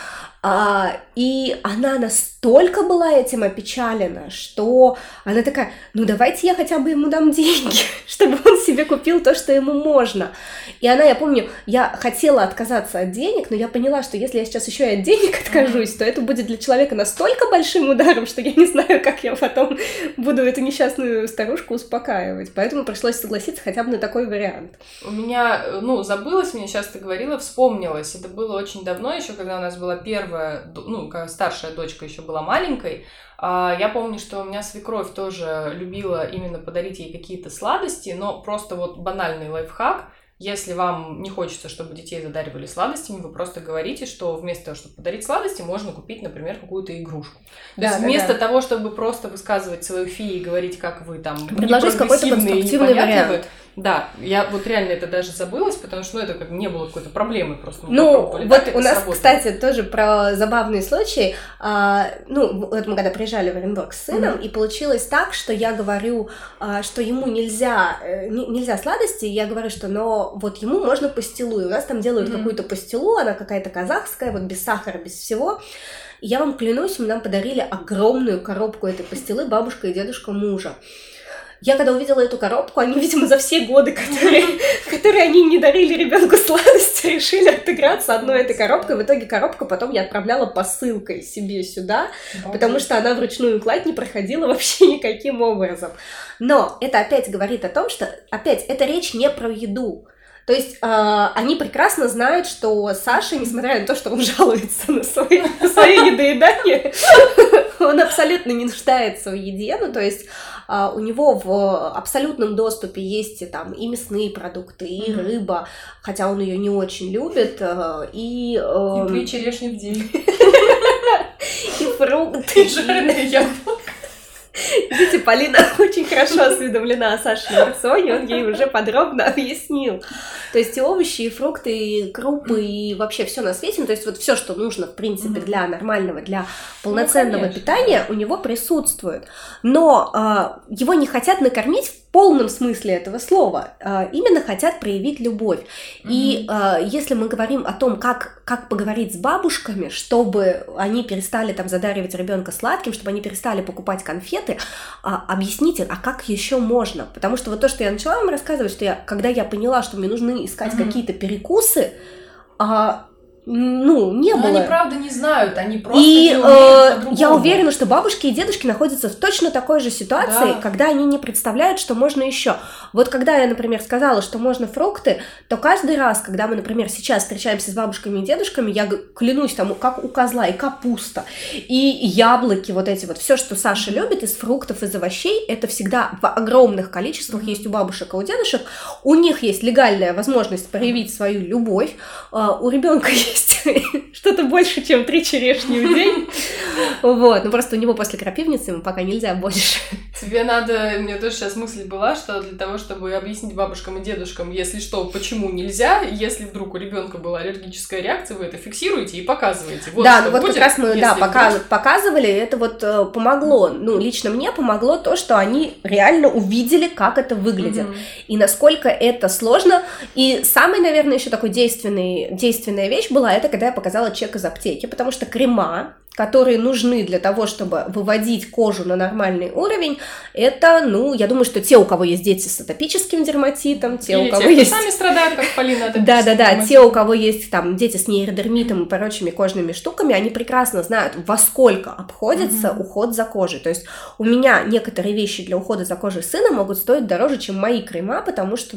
И она настолько была этим опечалена, что она такая, давайте я хотя бы ему дам деньги, чтобы он себе купил то, что ему можно. И я помню, я хотела отказаться от денег, но я поняла, что если я сейчас еще и от денег откажусь, то это будет для человека настолько большим ударом, что я не знаю, как я потом буду эту несчастную старушку успокаивать. Поэтому пришлось согласиться хотя бы на такой вариант. У меня, забылось, мне сейчас ты говорила, вспомнилось. Это было очень давно еще, когда у нас была первая, старшая дочка еще была маленькой, Я помню, что у меня свекровь тоже любила именно подарить ей какие-то сладости, но просто вот банальный лайфхак. Если вам не хочется, чтобы детей задаривали сладостями, вы просто говорите, что вместо того, чтобы подарить сладости, можно купить, например, какую-то игрушку. То есть вместо того, чтобы просто высказывать свою фи и говорить, как вы там предложить какой-то конструктивный вариант. Да, я вот реально это даже забылась, потому что это как не было какой-то проблемы просто. Вот у нас, кстати, тоже про забавные случаи. Вот мы когда приезжали в Оренбург с сыном, и получилось так, что я говорю, что ему нельзя сладости, и я говорю, что но вот ему можно пастилу, и у нас там делают какую-то пастилу, она какая-то казахская, вот без сахара, без всего. И я вам клянусь, нам подарили огромную коробку этой пастилы бабушка и дедушка мужа. Я когда увидела эту коробку, они, видимо, за все годы, которые они не дарили ребенку сладости, решили отыграться одной этой коробкой. В итоге коробку потом я отправляла посылкой себе сюда, потому что она вручную кладь не проходила вообще никаким образом. Но это опять говорит о том, что, опять, это речь не про еду. То есть они прекрасно знают, что Саша, несмотря на то, что он жалуется на свое недоедание, он абсолютно не нуждается в еде, ну, то есть у него в абсолютном доступе есть там и мясные продукты, и рыба, хотя он ее не очень любит, и 3 черешни в день. И фрукты. И жареное яблоко. Видите, Полина очень хорошо осведомлена о Сашином рационе, он ей уже подробно объяснил. То есть и овощи, и фрукты, и крупы, и вообще все на свете, то есть вот все, что нужно, в принципе, для нормального, для полноценного питания, у него присутствует. Но его не хотят накормить в полном смысле этого слова, именно хотят проявить любовь. И если мы говорим о том, как поговорить с бабушками, чтобы они перестали там задаривать ребенка сладким, чтобы они перестали покупать конфеты, объясните, а как еще можно? Потому что вот то, что я начала вам рассказывать, что когда я поняла, что мне нужны искать какие-то перекусы, не было. Они правда не знают, они просто не умеют по-другому. Я уверена, что бабушки и дедушки находятся в точно такой же ситуации, когда они не представляют, что можно еще. Вот когда я, например, сказала, что можно фрукты, то каждый раз, когда мы, например, сейчас встречаемся с бабушками и дедушками, я клянусь, там, как у козла, и капуста, и яблоки, вот эти вот, все, что Саша любит из фруктов, из овощей, это всегда в огромных количествах есть у бабушек и у дедушек. У них есть легальная возможность проявить свою любовь, у ребенка есть что-то больше, чем 3 черешни в день. Вот, ну просто у него после крапивницы ему пока нельзя больше. Тебе надо, у меня тоже сейчас мысль была, что для того, чтобы объяснить бабушкам и дедушкам, если что, почему нельзя, если вдруг у ребенка была аллергическая реакция, вы это фиксируете и показываете. Вот да, ну вот будет, как раз мы показывали, это вот помогло. Ну, лично мне помогло то, что они реально увидели, как это выглядит. И насколько это сложно. И самая, наверное, еще такой действенная вещь была, это когда я показала чек из аптеки, потому что крема, которые нужны для того, чтобы выводить кожу на нормальный уровень, это, я думаю, что те, у кого есть дети с атопическим дерматитом, те, у кого есть... сами страдают, как Полина. Да, те, у кого есть там дети с нейродермитом и прочими кожными штуками, они прекрасно знают, во сколько обходится уход за кожей. То есть у меня некоторые вещи для ухода за кожей сына могут стоить дороже, чем мои крема, потому что,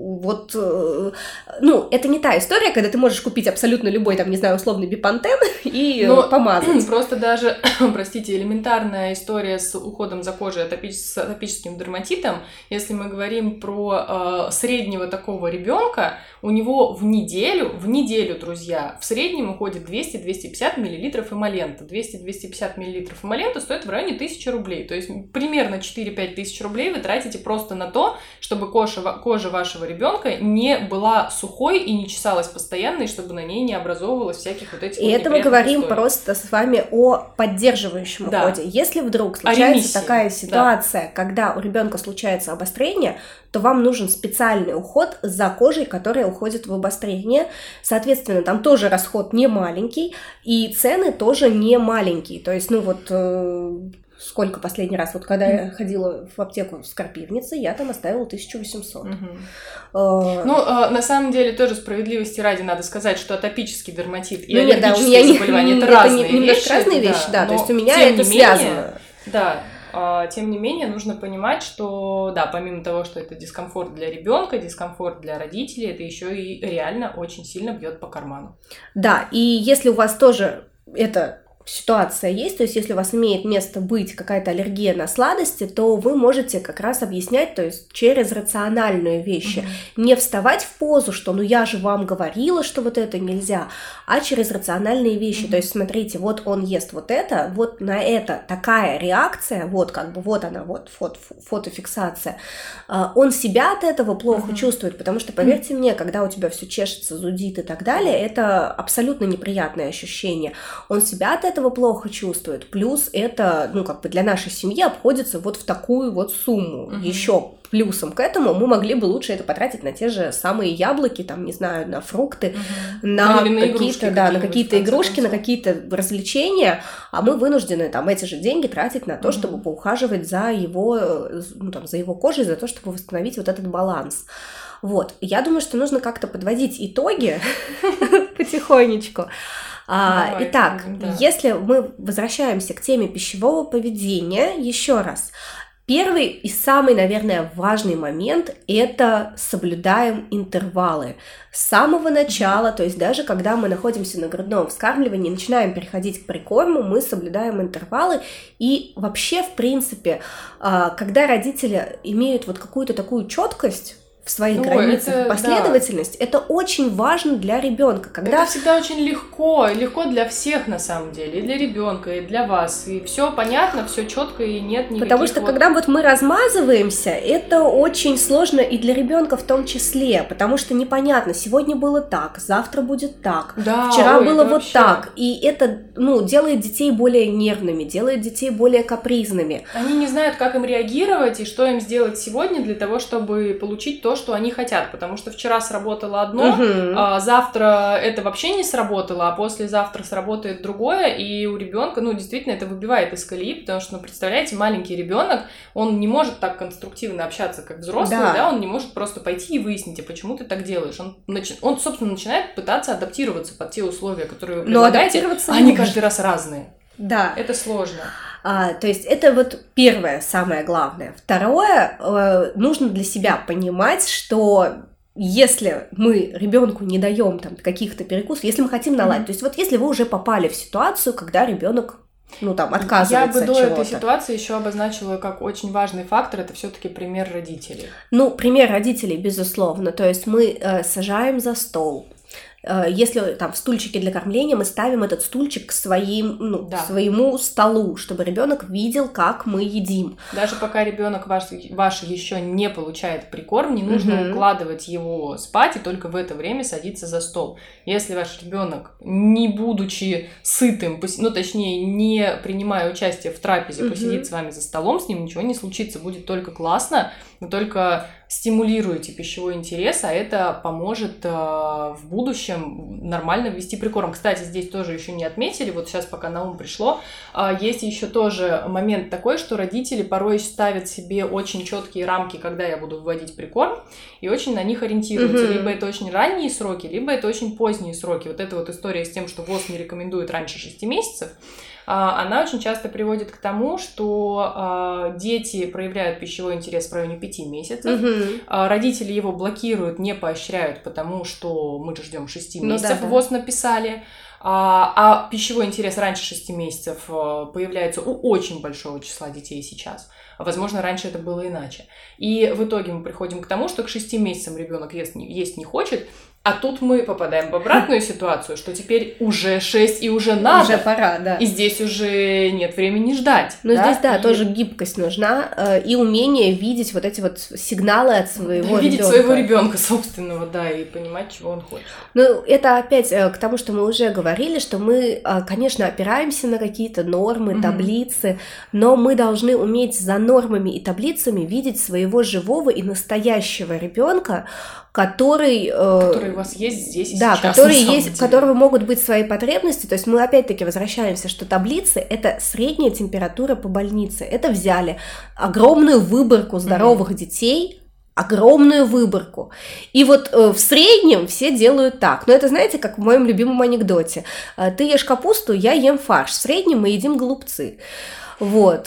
это не та история, когда ты можешь купить абсолютно любой, там, не знаю, условный бипантен и помазать. Просто даже, простите, элементарная история с уходом за кожей с атопическим дерматитом, если мы говорим про среднего такого ребенка, у него в неделю, друзья, в среднем уходит 200-250 мл эмолента. 200-250 мл эмолента стоит в районе 1000 рублей. То есть примерно 4-5 тысяч рублей вы тратите просто на то, чтобы кожа вашего ребенка не была сухой и не чесалась постоянно, и чтобы на ней не образовывалось всяких вот этих и это мы говорим просто с вами о поддерживающем уходе. Если вдруг случается такая ситуация, когда у ребенка случается обострение, то вам нужен специальный уход за кожей, которая уходит в обострение. Соответственно, там тоже расход не маленький, и цены тоже не маленькие. То есть, сколько последний раз, вот когда я ходила в аптеку с крапивницей, я там оставила 1800. На самом деле, тоже справедливости ради надо сказать, что атопический дерматит и аллергические заболевания — это разные вещи. Немножко разные вещи, да, то есть у меня это связано. Да, тем не менее, нужно понимать, что, да, помимо того, что это дискомфорт для ребенка, дискомфорт для родителей, это еще и реально очень сильно бьет по карману. Да, и если у вас тоже это ситуация есть, то есть если у вас имеет место быть какая-то аллергия на сладости, то вы можете как раз объяснять, то есть через рациональные вещи, не вставать в позу, что ну я же вам говорила, что вот это нельзя, а через рациональные вещи, то есть смотрите, вот он ест вот это, вот на это такая реакция, вот как бы вот она, вот фотофиксация, он себя от этого плохо чувствует, потому что, поверьте мне, когда у тебя все чешется, зудит и так далее, это абсолютно неприятное ощущение, он себя от этого плохо чувствует, плюс это, ну, как бы для нашей семьи обходится вот в такую вот сумму. Еще плюсом к этому мы могли бы лучше это потратить на те же самые яблоки, там, не знаю, на фрукты, на какие-то, на какие-то игрушки, на какие-то развлечения, а мы вынуждены там эти же деньги тратить на то, чтобы поухаживать за его, ну, там, за его кожей, за то, чтобы восстановить вот этот баланс. Вот, я думаю, что нужно как-то подводить итоги потихонечку. Итак, если мы возвращаемся к теме пищевого поведения, еще раз, первый и самый, наверное, важный момент – это соблюдаем интервалы. С самого начала, то есть даже когда мы находимся на грудном вскармливании, начинаем переходить к прикорму, мы соблюдаем интервалы. И вообще, в принципе, когда родители имеют вот какую-то такую четкость в своих границах, последовательность, это очень важно для ребенка. Это всегда очень легко для всех на самом деле, и для ребенка, и для вас, и все понятно, все четко, и нет никаких. Потому что когда вот мы размазываемся, это очень сложно и для ребенка в том числе, потому что непонятно, сегодня было так, завтра будет так, вчера было вот вообще так, и это, ну, делает детей более нервными, делает детей более капризными. Они не знают, как им реагировать и что им сделать сегодня для того, чтобы получить то, что они хотят, потому что вчера сработало одно, а завтра это вообще не сработало, а послезавтра сработает другое, и у ребенка, ну, действительно, это выбивает из колеи, потому что, ну, представляете, маленький ребенок, он не может так конструктивно общаться, как взрослый, да, он не может просто пойти и выяснить, а почему ты так делаешь. Он, собственно, начинает пытаться адаптироваться под те условия, которые вы предлагаете, а они каждый раз разные. Да. Это сложно. То есть это вот первое, самое главное. Второе, нужно для себя понимать, что если мы ребенку не даем там каких-то перекусов, если мы хотим наладить, то есть вот если вы уже попали в ситуацию, когда ребенок, ну, там, отказывается от чего-то. Я бы до этой ситуации еще обозначила как очень важный фактор, это все-таки пример родителей. Ну, пример родителей, безусловно. То есть мы сажаем за стол. Если там в стульчике для кормления, мы ставим этот стульчик к своему столу, чтобы ребенок видел, как мы едим. Даже пока ребенок ваш еще не получает прикорм, не нужно укладывать его спать и только в это время садиться за стол. Если ваш ребенок, не будучи сытым, ну точнее не принимая участие в трапезе, посидит с вами за столом, с ним ничего не случится, будет только классно, вы только стимулируете пищевой интерес, а это поможет в будущем нормально ввести прикорм. Кстати, здесь тоже еще не отметили, вот сейчас пока на ум пришло, есть еще тоже момент такой, что родители порой ставят себе очень четкие рамки, когда я буду вводить прикорм, и очень на них ориентируются. Либо это очень ранние сроки, либо это очень поздние сроки. Вот эта вот история с тем, что ВОЗ не рекомендует раньше 6 месяцев, она очень часто приводит к тому, что дети проявляют пищевой интерес в районе 5 месяцев, родители его блокируют, не поощряют, потому что мы же ждем 6 месяцев, ВОЗ написали, а пищевой интерес раньше 6 месяцев появляется у очень большого числа детей сейчас. Возможно, раньше это было иначе. И в итоге мы приходим к тому, что к 6 месяцам ребенок есть не хочет, а тут мы попадаем в обратную ситуацию, что теперь уже 6 и уже надо. Уже пора, да. И здесь уже нет времени ждать. Но здесь, тоже гибкость нужна и умение видеть вот эти вот сигналы от своего ребенка. Видеть своего ребенка собственного, да, и понимать, чего он хочет. Ну, это опять к тому, что мы уже говорили, что мы, конечно, опираемся на какие-то нормы, таблицы, но мы должны уметь за нормами и таблицами видеть своего живого и настоящего ребенка, который у вас есть здесь и да, сейчас, у которого могут быть свои потребности. То есть мы опять-таки возвращаемся, что таблицы – это средняя температура по больнице. Это взяли огромную выборку здоровых детей, огромную выборку. И вот в среднем все делают так. Но это, знаете, как в моем любимом анекдоте. Ты ешь капусту, я ем фарш. В среднем мы едим голубцы. Вот.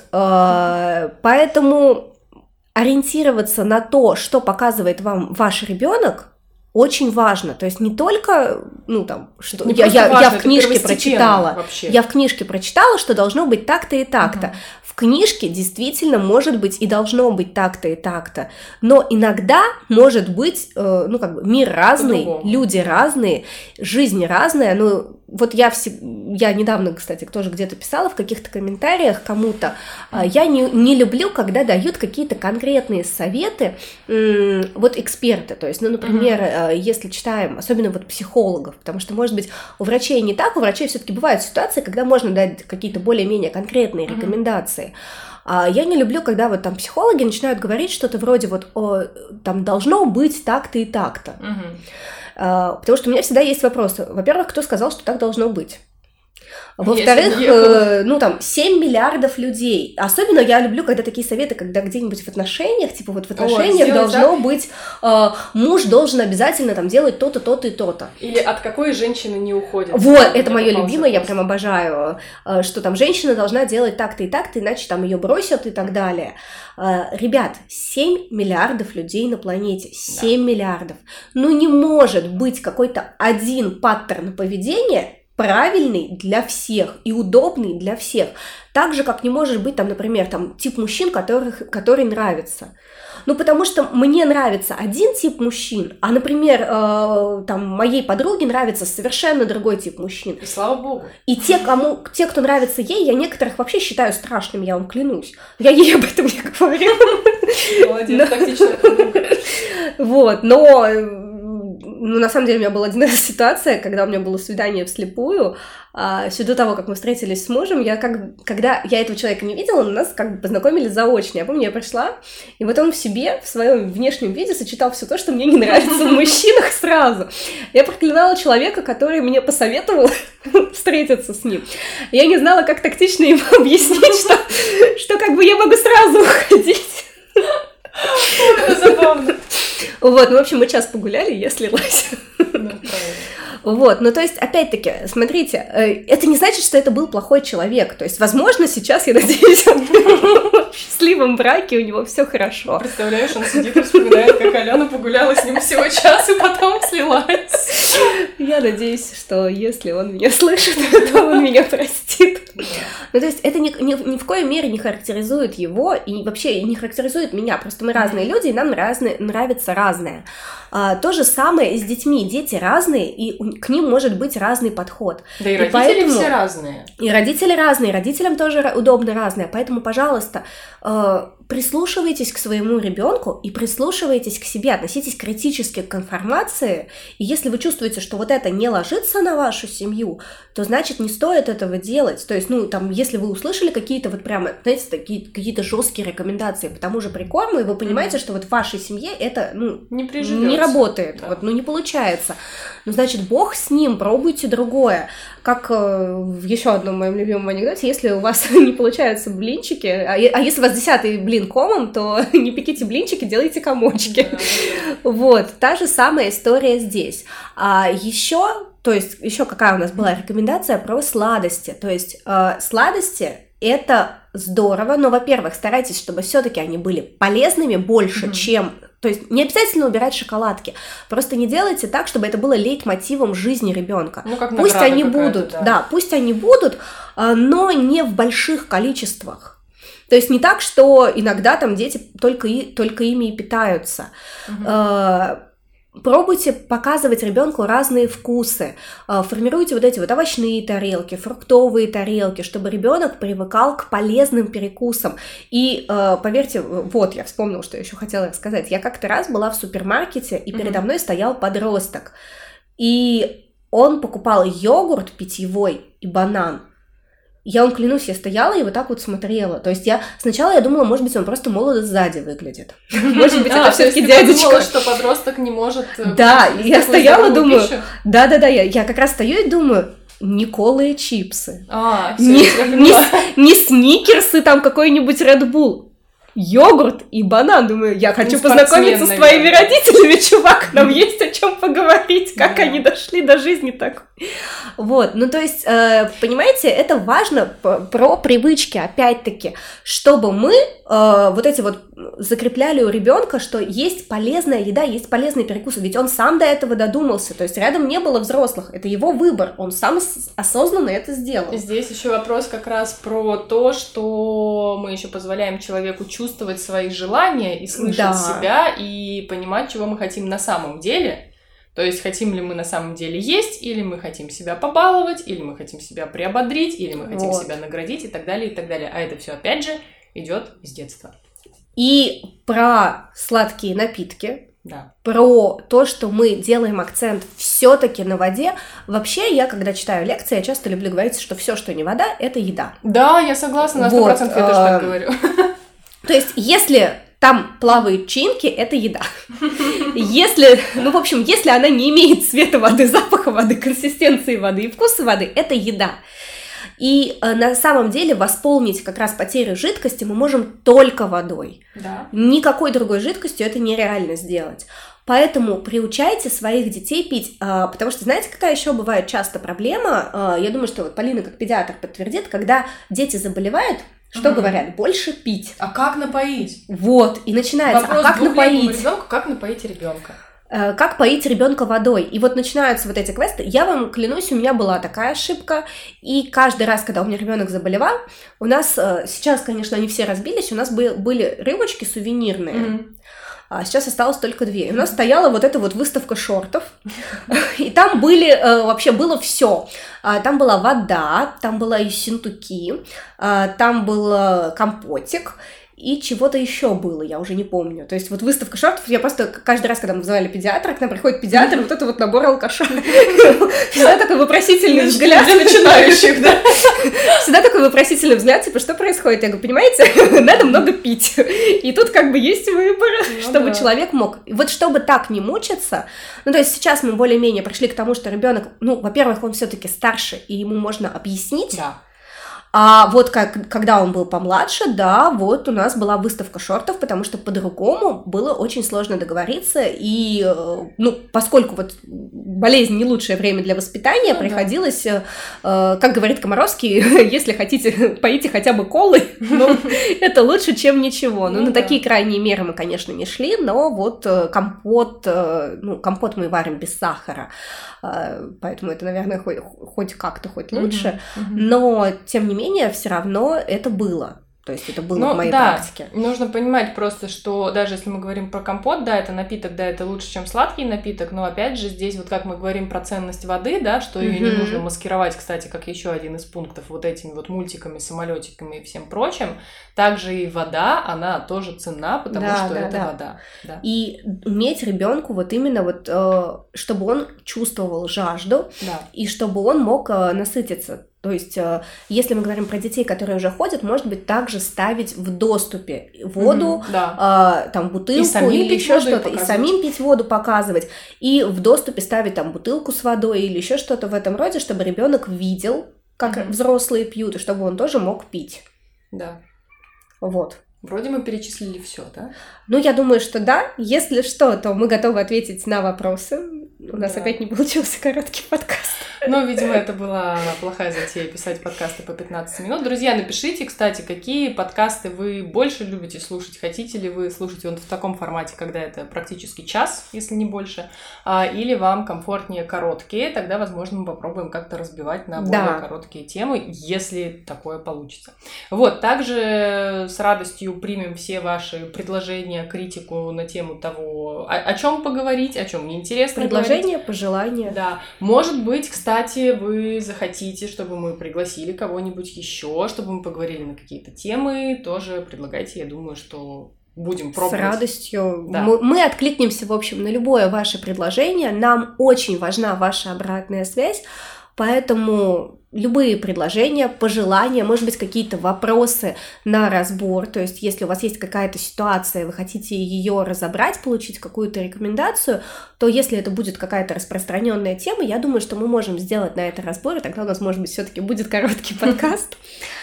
Поэтому ориентироваться на то, что показывает вам ваш ребенок, очень важно. То есть не только, что не я в книжке прочитала. Вообще. Я в книжке прочитала, что должно быть так-то и так-то. В книжке действительно может быть и должно быть так-то и так-то. Но иногда может быть, мир разный, по-другому. люди разные, жизнь разная. Вот я недавно, кстати, тоже где-то писала в каких-то комментариях кому-то, я не люблю, когда дают какие-то конкретные советы, вот эксперты, то есть, например, если читаем, особенно вот психологов, потому что, может быть, у врачей не так, у врачей все-таки бывают ситуации, когда можно дать какие-то более-менее конкретные рекомендации. Я не люблю, когда вот там психологи начинают говорить что-то вроде вот там должно быть так-то и так-то. Потому что у меня всегда есть вопросы. Во-первых, кто сказал, что так должно быть? Во-вторых, 7 миллиардов людей. Особенно я люблю, когда такие советы, когда где-нибудь в отношениях, типа вот в отношениях должно быть, муж должен обязательно там делать то-то, то-то и то-то. Или от какой женщины не уходит. Вот, это мое любимое, я прям обожаю, что там женщина должна делать так-то и так-то, иначе там ее бросят и так далее. Ребят, 7 миллиардов людей на планете, 7 миллиардов. Не может быть какой-то один паттерн поведения правильный для всех и удобный для всех. Так же, как не может быть, там, например, тип мужчин, который нравится. Потому что мне нравится один тип мужчин, а, например, моей подруге нравится совершенно другой тип мужчин. И слава богу. И те, кто нравится ей, я некоторых вообще считаю страшными, я вам клянусь. Я ей об этом не говорю. Молодец, тактичная подруга. Вот, но... на самом деле, у меня была один раз ситуация, когда у меня было свидание вслепую, еще до того, как мы встретились с мужем, когда я этого человека не видела, нас познакомились заочно. Я помню, я пришла, и вот он в своем внешнем виде сочетал все то, что мне не нравится в мужчинах сразу. Я проклинала человека, который мне посоветовал встретиться с ним. Я не знала, как тактично ему объяснить, что я могу сразу уходить. Это забавно. Вот, в общем, мы час погуляли, и я слилась. Вот, то есть, опять-таки, смотрите, это не значит, что это был плохой человек. То есть, возможно, сейчас, я надеюсь, он в счастливом браке, у него все хорошо. Представляешь, он сидит и вспоминает, как Алена погуляла с ним всего час, и потом слилась. Я надеюсь, что если он меня слышит, то он меня простит. То есть, это ни в коей мере не характеризует его, и вообще не характеризует меня. Просто мы разные люди, и нам нравится разное. То же самое и с детьми. Дети разные, и к ним может быть разный подход. Да и родители все разные. И родители разные, родителям тоже удобно разное. Поэтому, пожалуйста, прислушивайтесь к своему ребенку и прислушивайтесь к себе, относитесь критически к информации. И если вы чувствуете, что вот это не ложится на вашу семью, то значит не стоит этого делать. То есть, если вы услышали какие-то вот прямо, знаете, какие-то жесткие рекомендации по тому же прикорму, и вы понимаете, что вот в вашей семье это, не работает, да. Не получается. Значит, бог с ним, пробуйте другое. Как в еще одном моем любимом анекдоте, если у вас не получаются блинчики, а если у вас 10-й блин комом, то не пеките блинчики, делайте комочки. Да. Вот, та же самая история здесь. Еще какая у нас была рекомендация про сладости. То есть сладости – это здорово, но, во-первых, старайтесь, чтобы все-таки они были полезными больше, чем... То есть не обязательно убирать шоколадки, просто не делайте так, чтобы это было лейтмотивом жизни ребенка. Пусть они будут, пусть они будут, но не в больших количествах. То есть не так, что иногда там дети только ими и питаются. Пробуйте показывать ребенку разные вкусы, формируйте вот эти вот овощные тарелки, фруктовые тарелки, чтобы ребенок привыкал к полезным перекусам. И поверьте, вот я вспомнила, что я еще хотела сказать. Я как-то раз была в супермаркете, и передо мной стоял подросток, и он покупал йогурт питьевой и банан. Я вам клянусь, я стояла и вот так вот смотрела. То есть сначала я думала, может быть, он просто молодо сзади выглядит. Может быть, это все-таки дядечка. Я думала, что подросток не может... Да, я стояла, думаю... Да, я как раз стою и думаю... Не колы и чипсы. Не сникерсы, там какой-нибудь Red Bull. Йогурт и банан. Думаю, я хочу познакомиться с твоими родителями, чувак. Нам есть о чем поговорить, как они дошли до жизни так. Вот, ну то есть, понимаете, это важно про привычки, опять-таки, чтобы мы вот эти вот закрепляли у ребенка, что есть полезная еда, есть полезный перекус, ведь он сам до этого додумался, то есть рядом не было взрослых, это его выбор, он сам осознанно это сделал. Здесь еще вопрос как раз про то, что мы еще позволяем человеку чувствовать свои желания и слышать себя, и понимать, чего мы хотим на самом деле. То есть, хотим ли мы на самом деле есть, или мы хотим себя побаловать, или мы хотим себя приободрить, или мы хотим себя наградить, и так далее, и так далее. А это все опять же идет с детства. И про сладкие напитки, да. Про то, что мы делаем акцент все-таки на воде. Вообще, я когда читаю лекции, я часто люблю говорить, что все, что не вода, это еда. Да, я согласна, на 100% я тоже так говорю. То есть, если там плавают чинки, это еда. Если, ну, в общем, если она не имеет цвета воды, запаха воды, консистенции воды и вкуса воды, это еда. И на самом деле восполнить как раз потерю жидкости мы можем только водой. Да. Никакой другой жидкостью это нереально сделать. Поэтому приучайте своих детей пить, потому что, знаете, какая еще бывает часто проблема? Я думаю, что вот Полина как педиатр подтвердит, когда дети заболевают, что говорят? Больше пить. А как напоить? Вот, и начинается, вопрос как напоить? Ребенку, как напоить ребенка? Как поить ребенка водой. И вот начинаются вот эти квесты. Я вам клянусь, у меня была такая ошибка. И каждый раз, когда у меня ребенок заболевал, у нас сейчас, конечно, они все разбились, у нас были рыбочки сувенирные. А сейчас осталось только 2. И у нас стояла вот эта вот выставка шортов. И там вообще было все. Там была вода, там была ессентуки, там был компотик. И чего-то еще было, я уже не помню. То есть вот выставка шортов, я просто каждый раз, когда мы вызывали педиатра, к нам приходит педиатр, вот это вот набор алкаша. Всегда такой вопросительный взгляд. Для начинающих, да? Всегда такой вопросительный взгляд, типа, что происходит? Я говорю, понимаете, надо много пить. И тут как бы есть выбор, чтобы человек мог. Вот чтобы так не мучиться, ну то есть сейчас мы более-менее пришли к тому, что ребенок, ну, во-первых, он все-таки старше, и ему можно объяснить. Да. А вот когда он был помладше, да, вот у нас была выставка шортов, потому что по-другому было очень сложно договориться, и, ну, поскольку вот болезнь не лучшее время для воспитания, приходилось, как говорит Комаровский, если хотите, поите хотя бы колы, но это лучше, чем ничего. Ну, на такие крайние меры мы, конечно, не шли, но вот компот мы варим без сахара, поэтому это, наверное, хоть как-то, хоть лучше, но, тем не менее, все равно это было. То есть это было в моей практике. Нужно понимать просто, что даже если мы говорим про компот, да, это напиток, да, это лучше, чем сладкий напиток, но опять же здесь вот как мы говорим про ценность воды, да, что ее не нужно маскировать, кстати, как еще один из пунктов вот этими вот мультиками, самолетиками и всем прочим, также и вода, она тоже ценна, потому что это вода. Да. И уметь ребенку вот именно вот, чтобы он чувствовал жажду, и чтобы он мог насытиться. То есть, если мы говорим про детей, которые уже ходят, может быть, также ставить в доступе воду, там, бутылку или еще что-то, и самим пить воду показывать, и в доступе ставить там бутылку с водой или еще что-то в этом роде, чтобы ребенок видел, как взрослые пьют, и чтобы он тоже мог пить. Да. Вот. Вроде мы перечислили все, да? Ну, я думаю, что да. Если что, то мы готовы ответить на вопросы. У нас опять не получился короткий подкаст. Ну, видимо, это была плохая затея писать подкасты по 15 минут. Друзья, напишите, кстати, какие подкасты вы больше любите слушать. Хотите ли вы слушать вот в таком формате, когда это практически час, если не больше, или вам комфортнее короткие, тогда, возможно, мы попробуем как-то разбивать на более короткие темы, если такое получится. Вот, также с радостью примем все ваши предложения, критику на тему того, о чем поговорить, о чем неинтересно предложения, пожелания. Да. Может быть, кстати, вы захотите, чтобы мы пригласили кого-нибудь еще, чтобы мы поговорили на какие-то темы, тоже предлагайте, я думаю, что будем пробовать. С радостью. Да. Мы откликнемся, в общем, на любое ваше предложение. Нам очень важна ваша обратная связь, поэтому любые предложения, пожелания, может быть, какие-то вопросы на разбор. То есть, если у вас есть какая-то ситуация, вы хотите ее разобрать, получить какую-то рекомендацию, то если это будет какая-то распространенная тема, я думаю, что мы можем сделать на это разбор, и тогда у нас, может быть, все-таки будет короткий подкаст.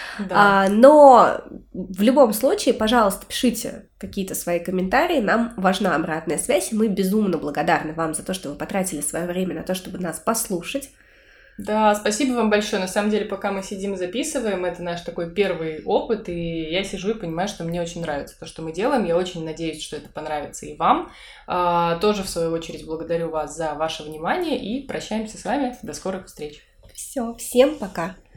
Но в любом случае, пожалуйста, пишите какие-то свои комментарии, нам важна обратная связь, и мы безумно благодарны вам за то, что вы потратили свое время на то, чтобы нас послушать. Да, спасибо вам большое. На самом деле, пока мы сидим и записываем, это наш такой первый опыт, и я сижу и понимаю, что мне очень нравится то, что мы делаем. Я очень надеюсь, что это понравится и вам. Тоже, в свою очередь, благодарю вас за ваше внимание и прощаемся с вами. До скорых встреч. Все, всем пока.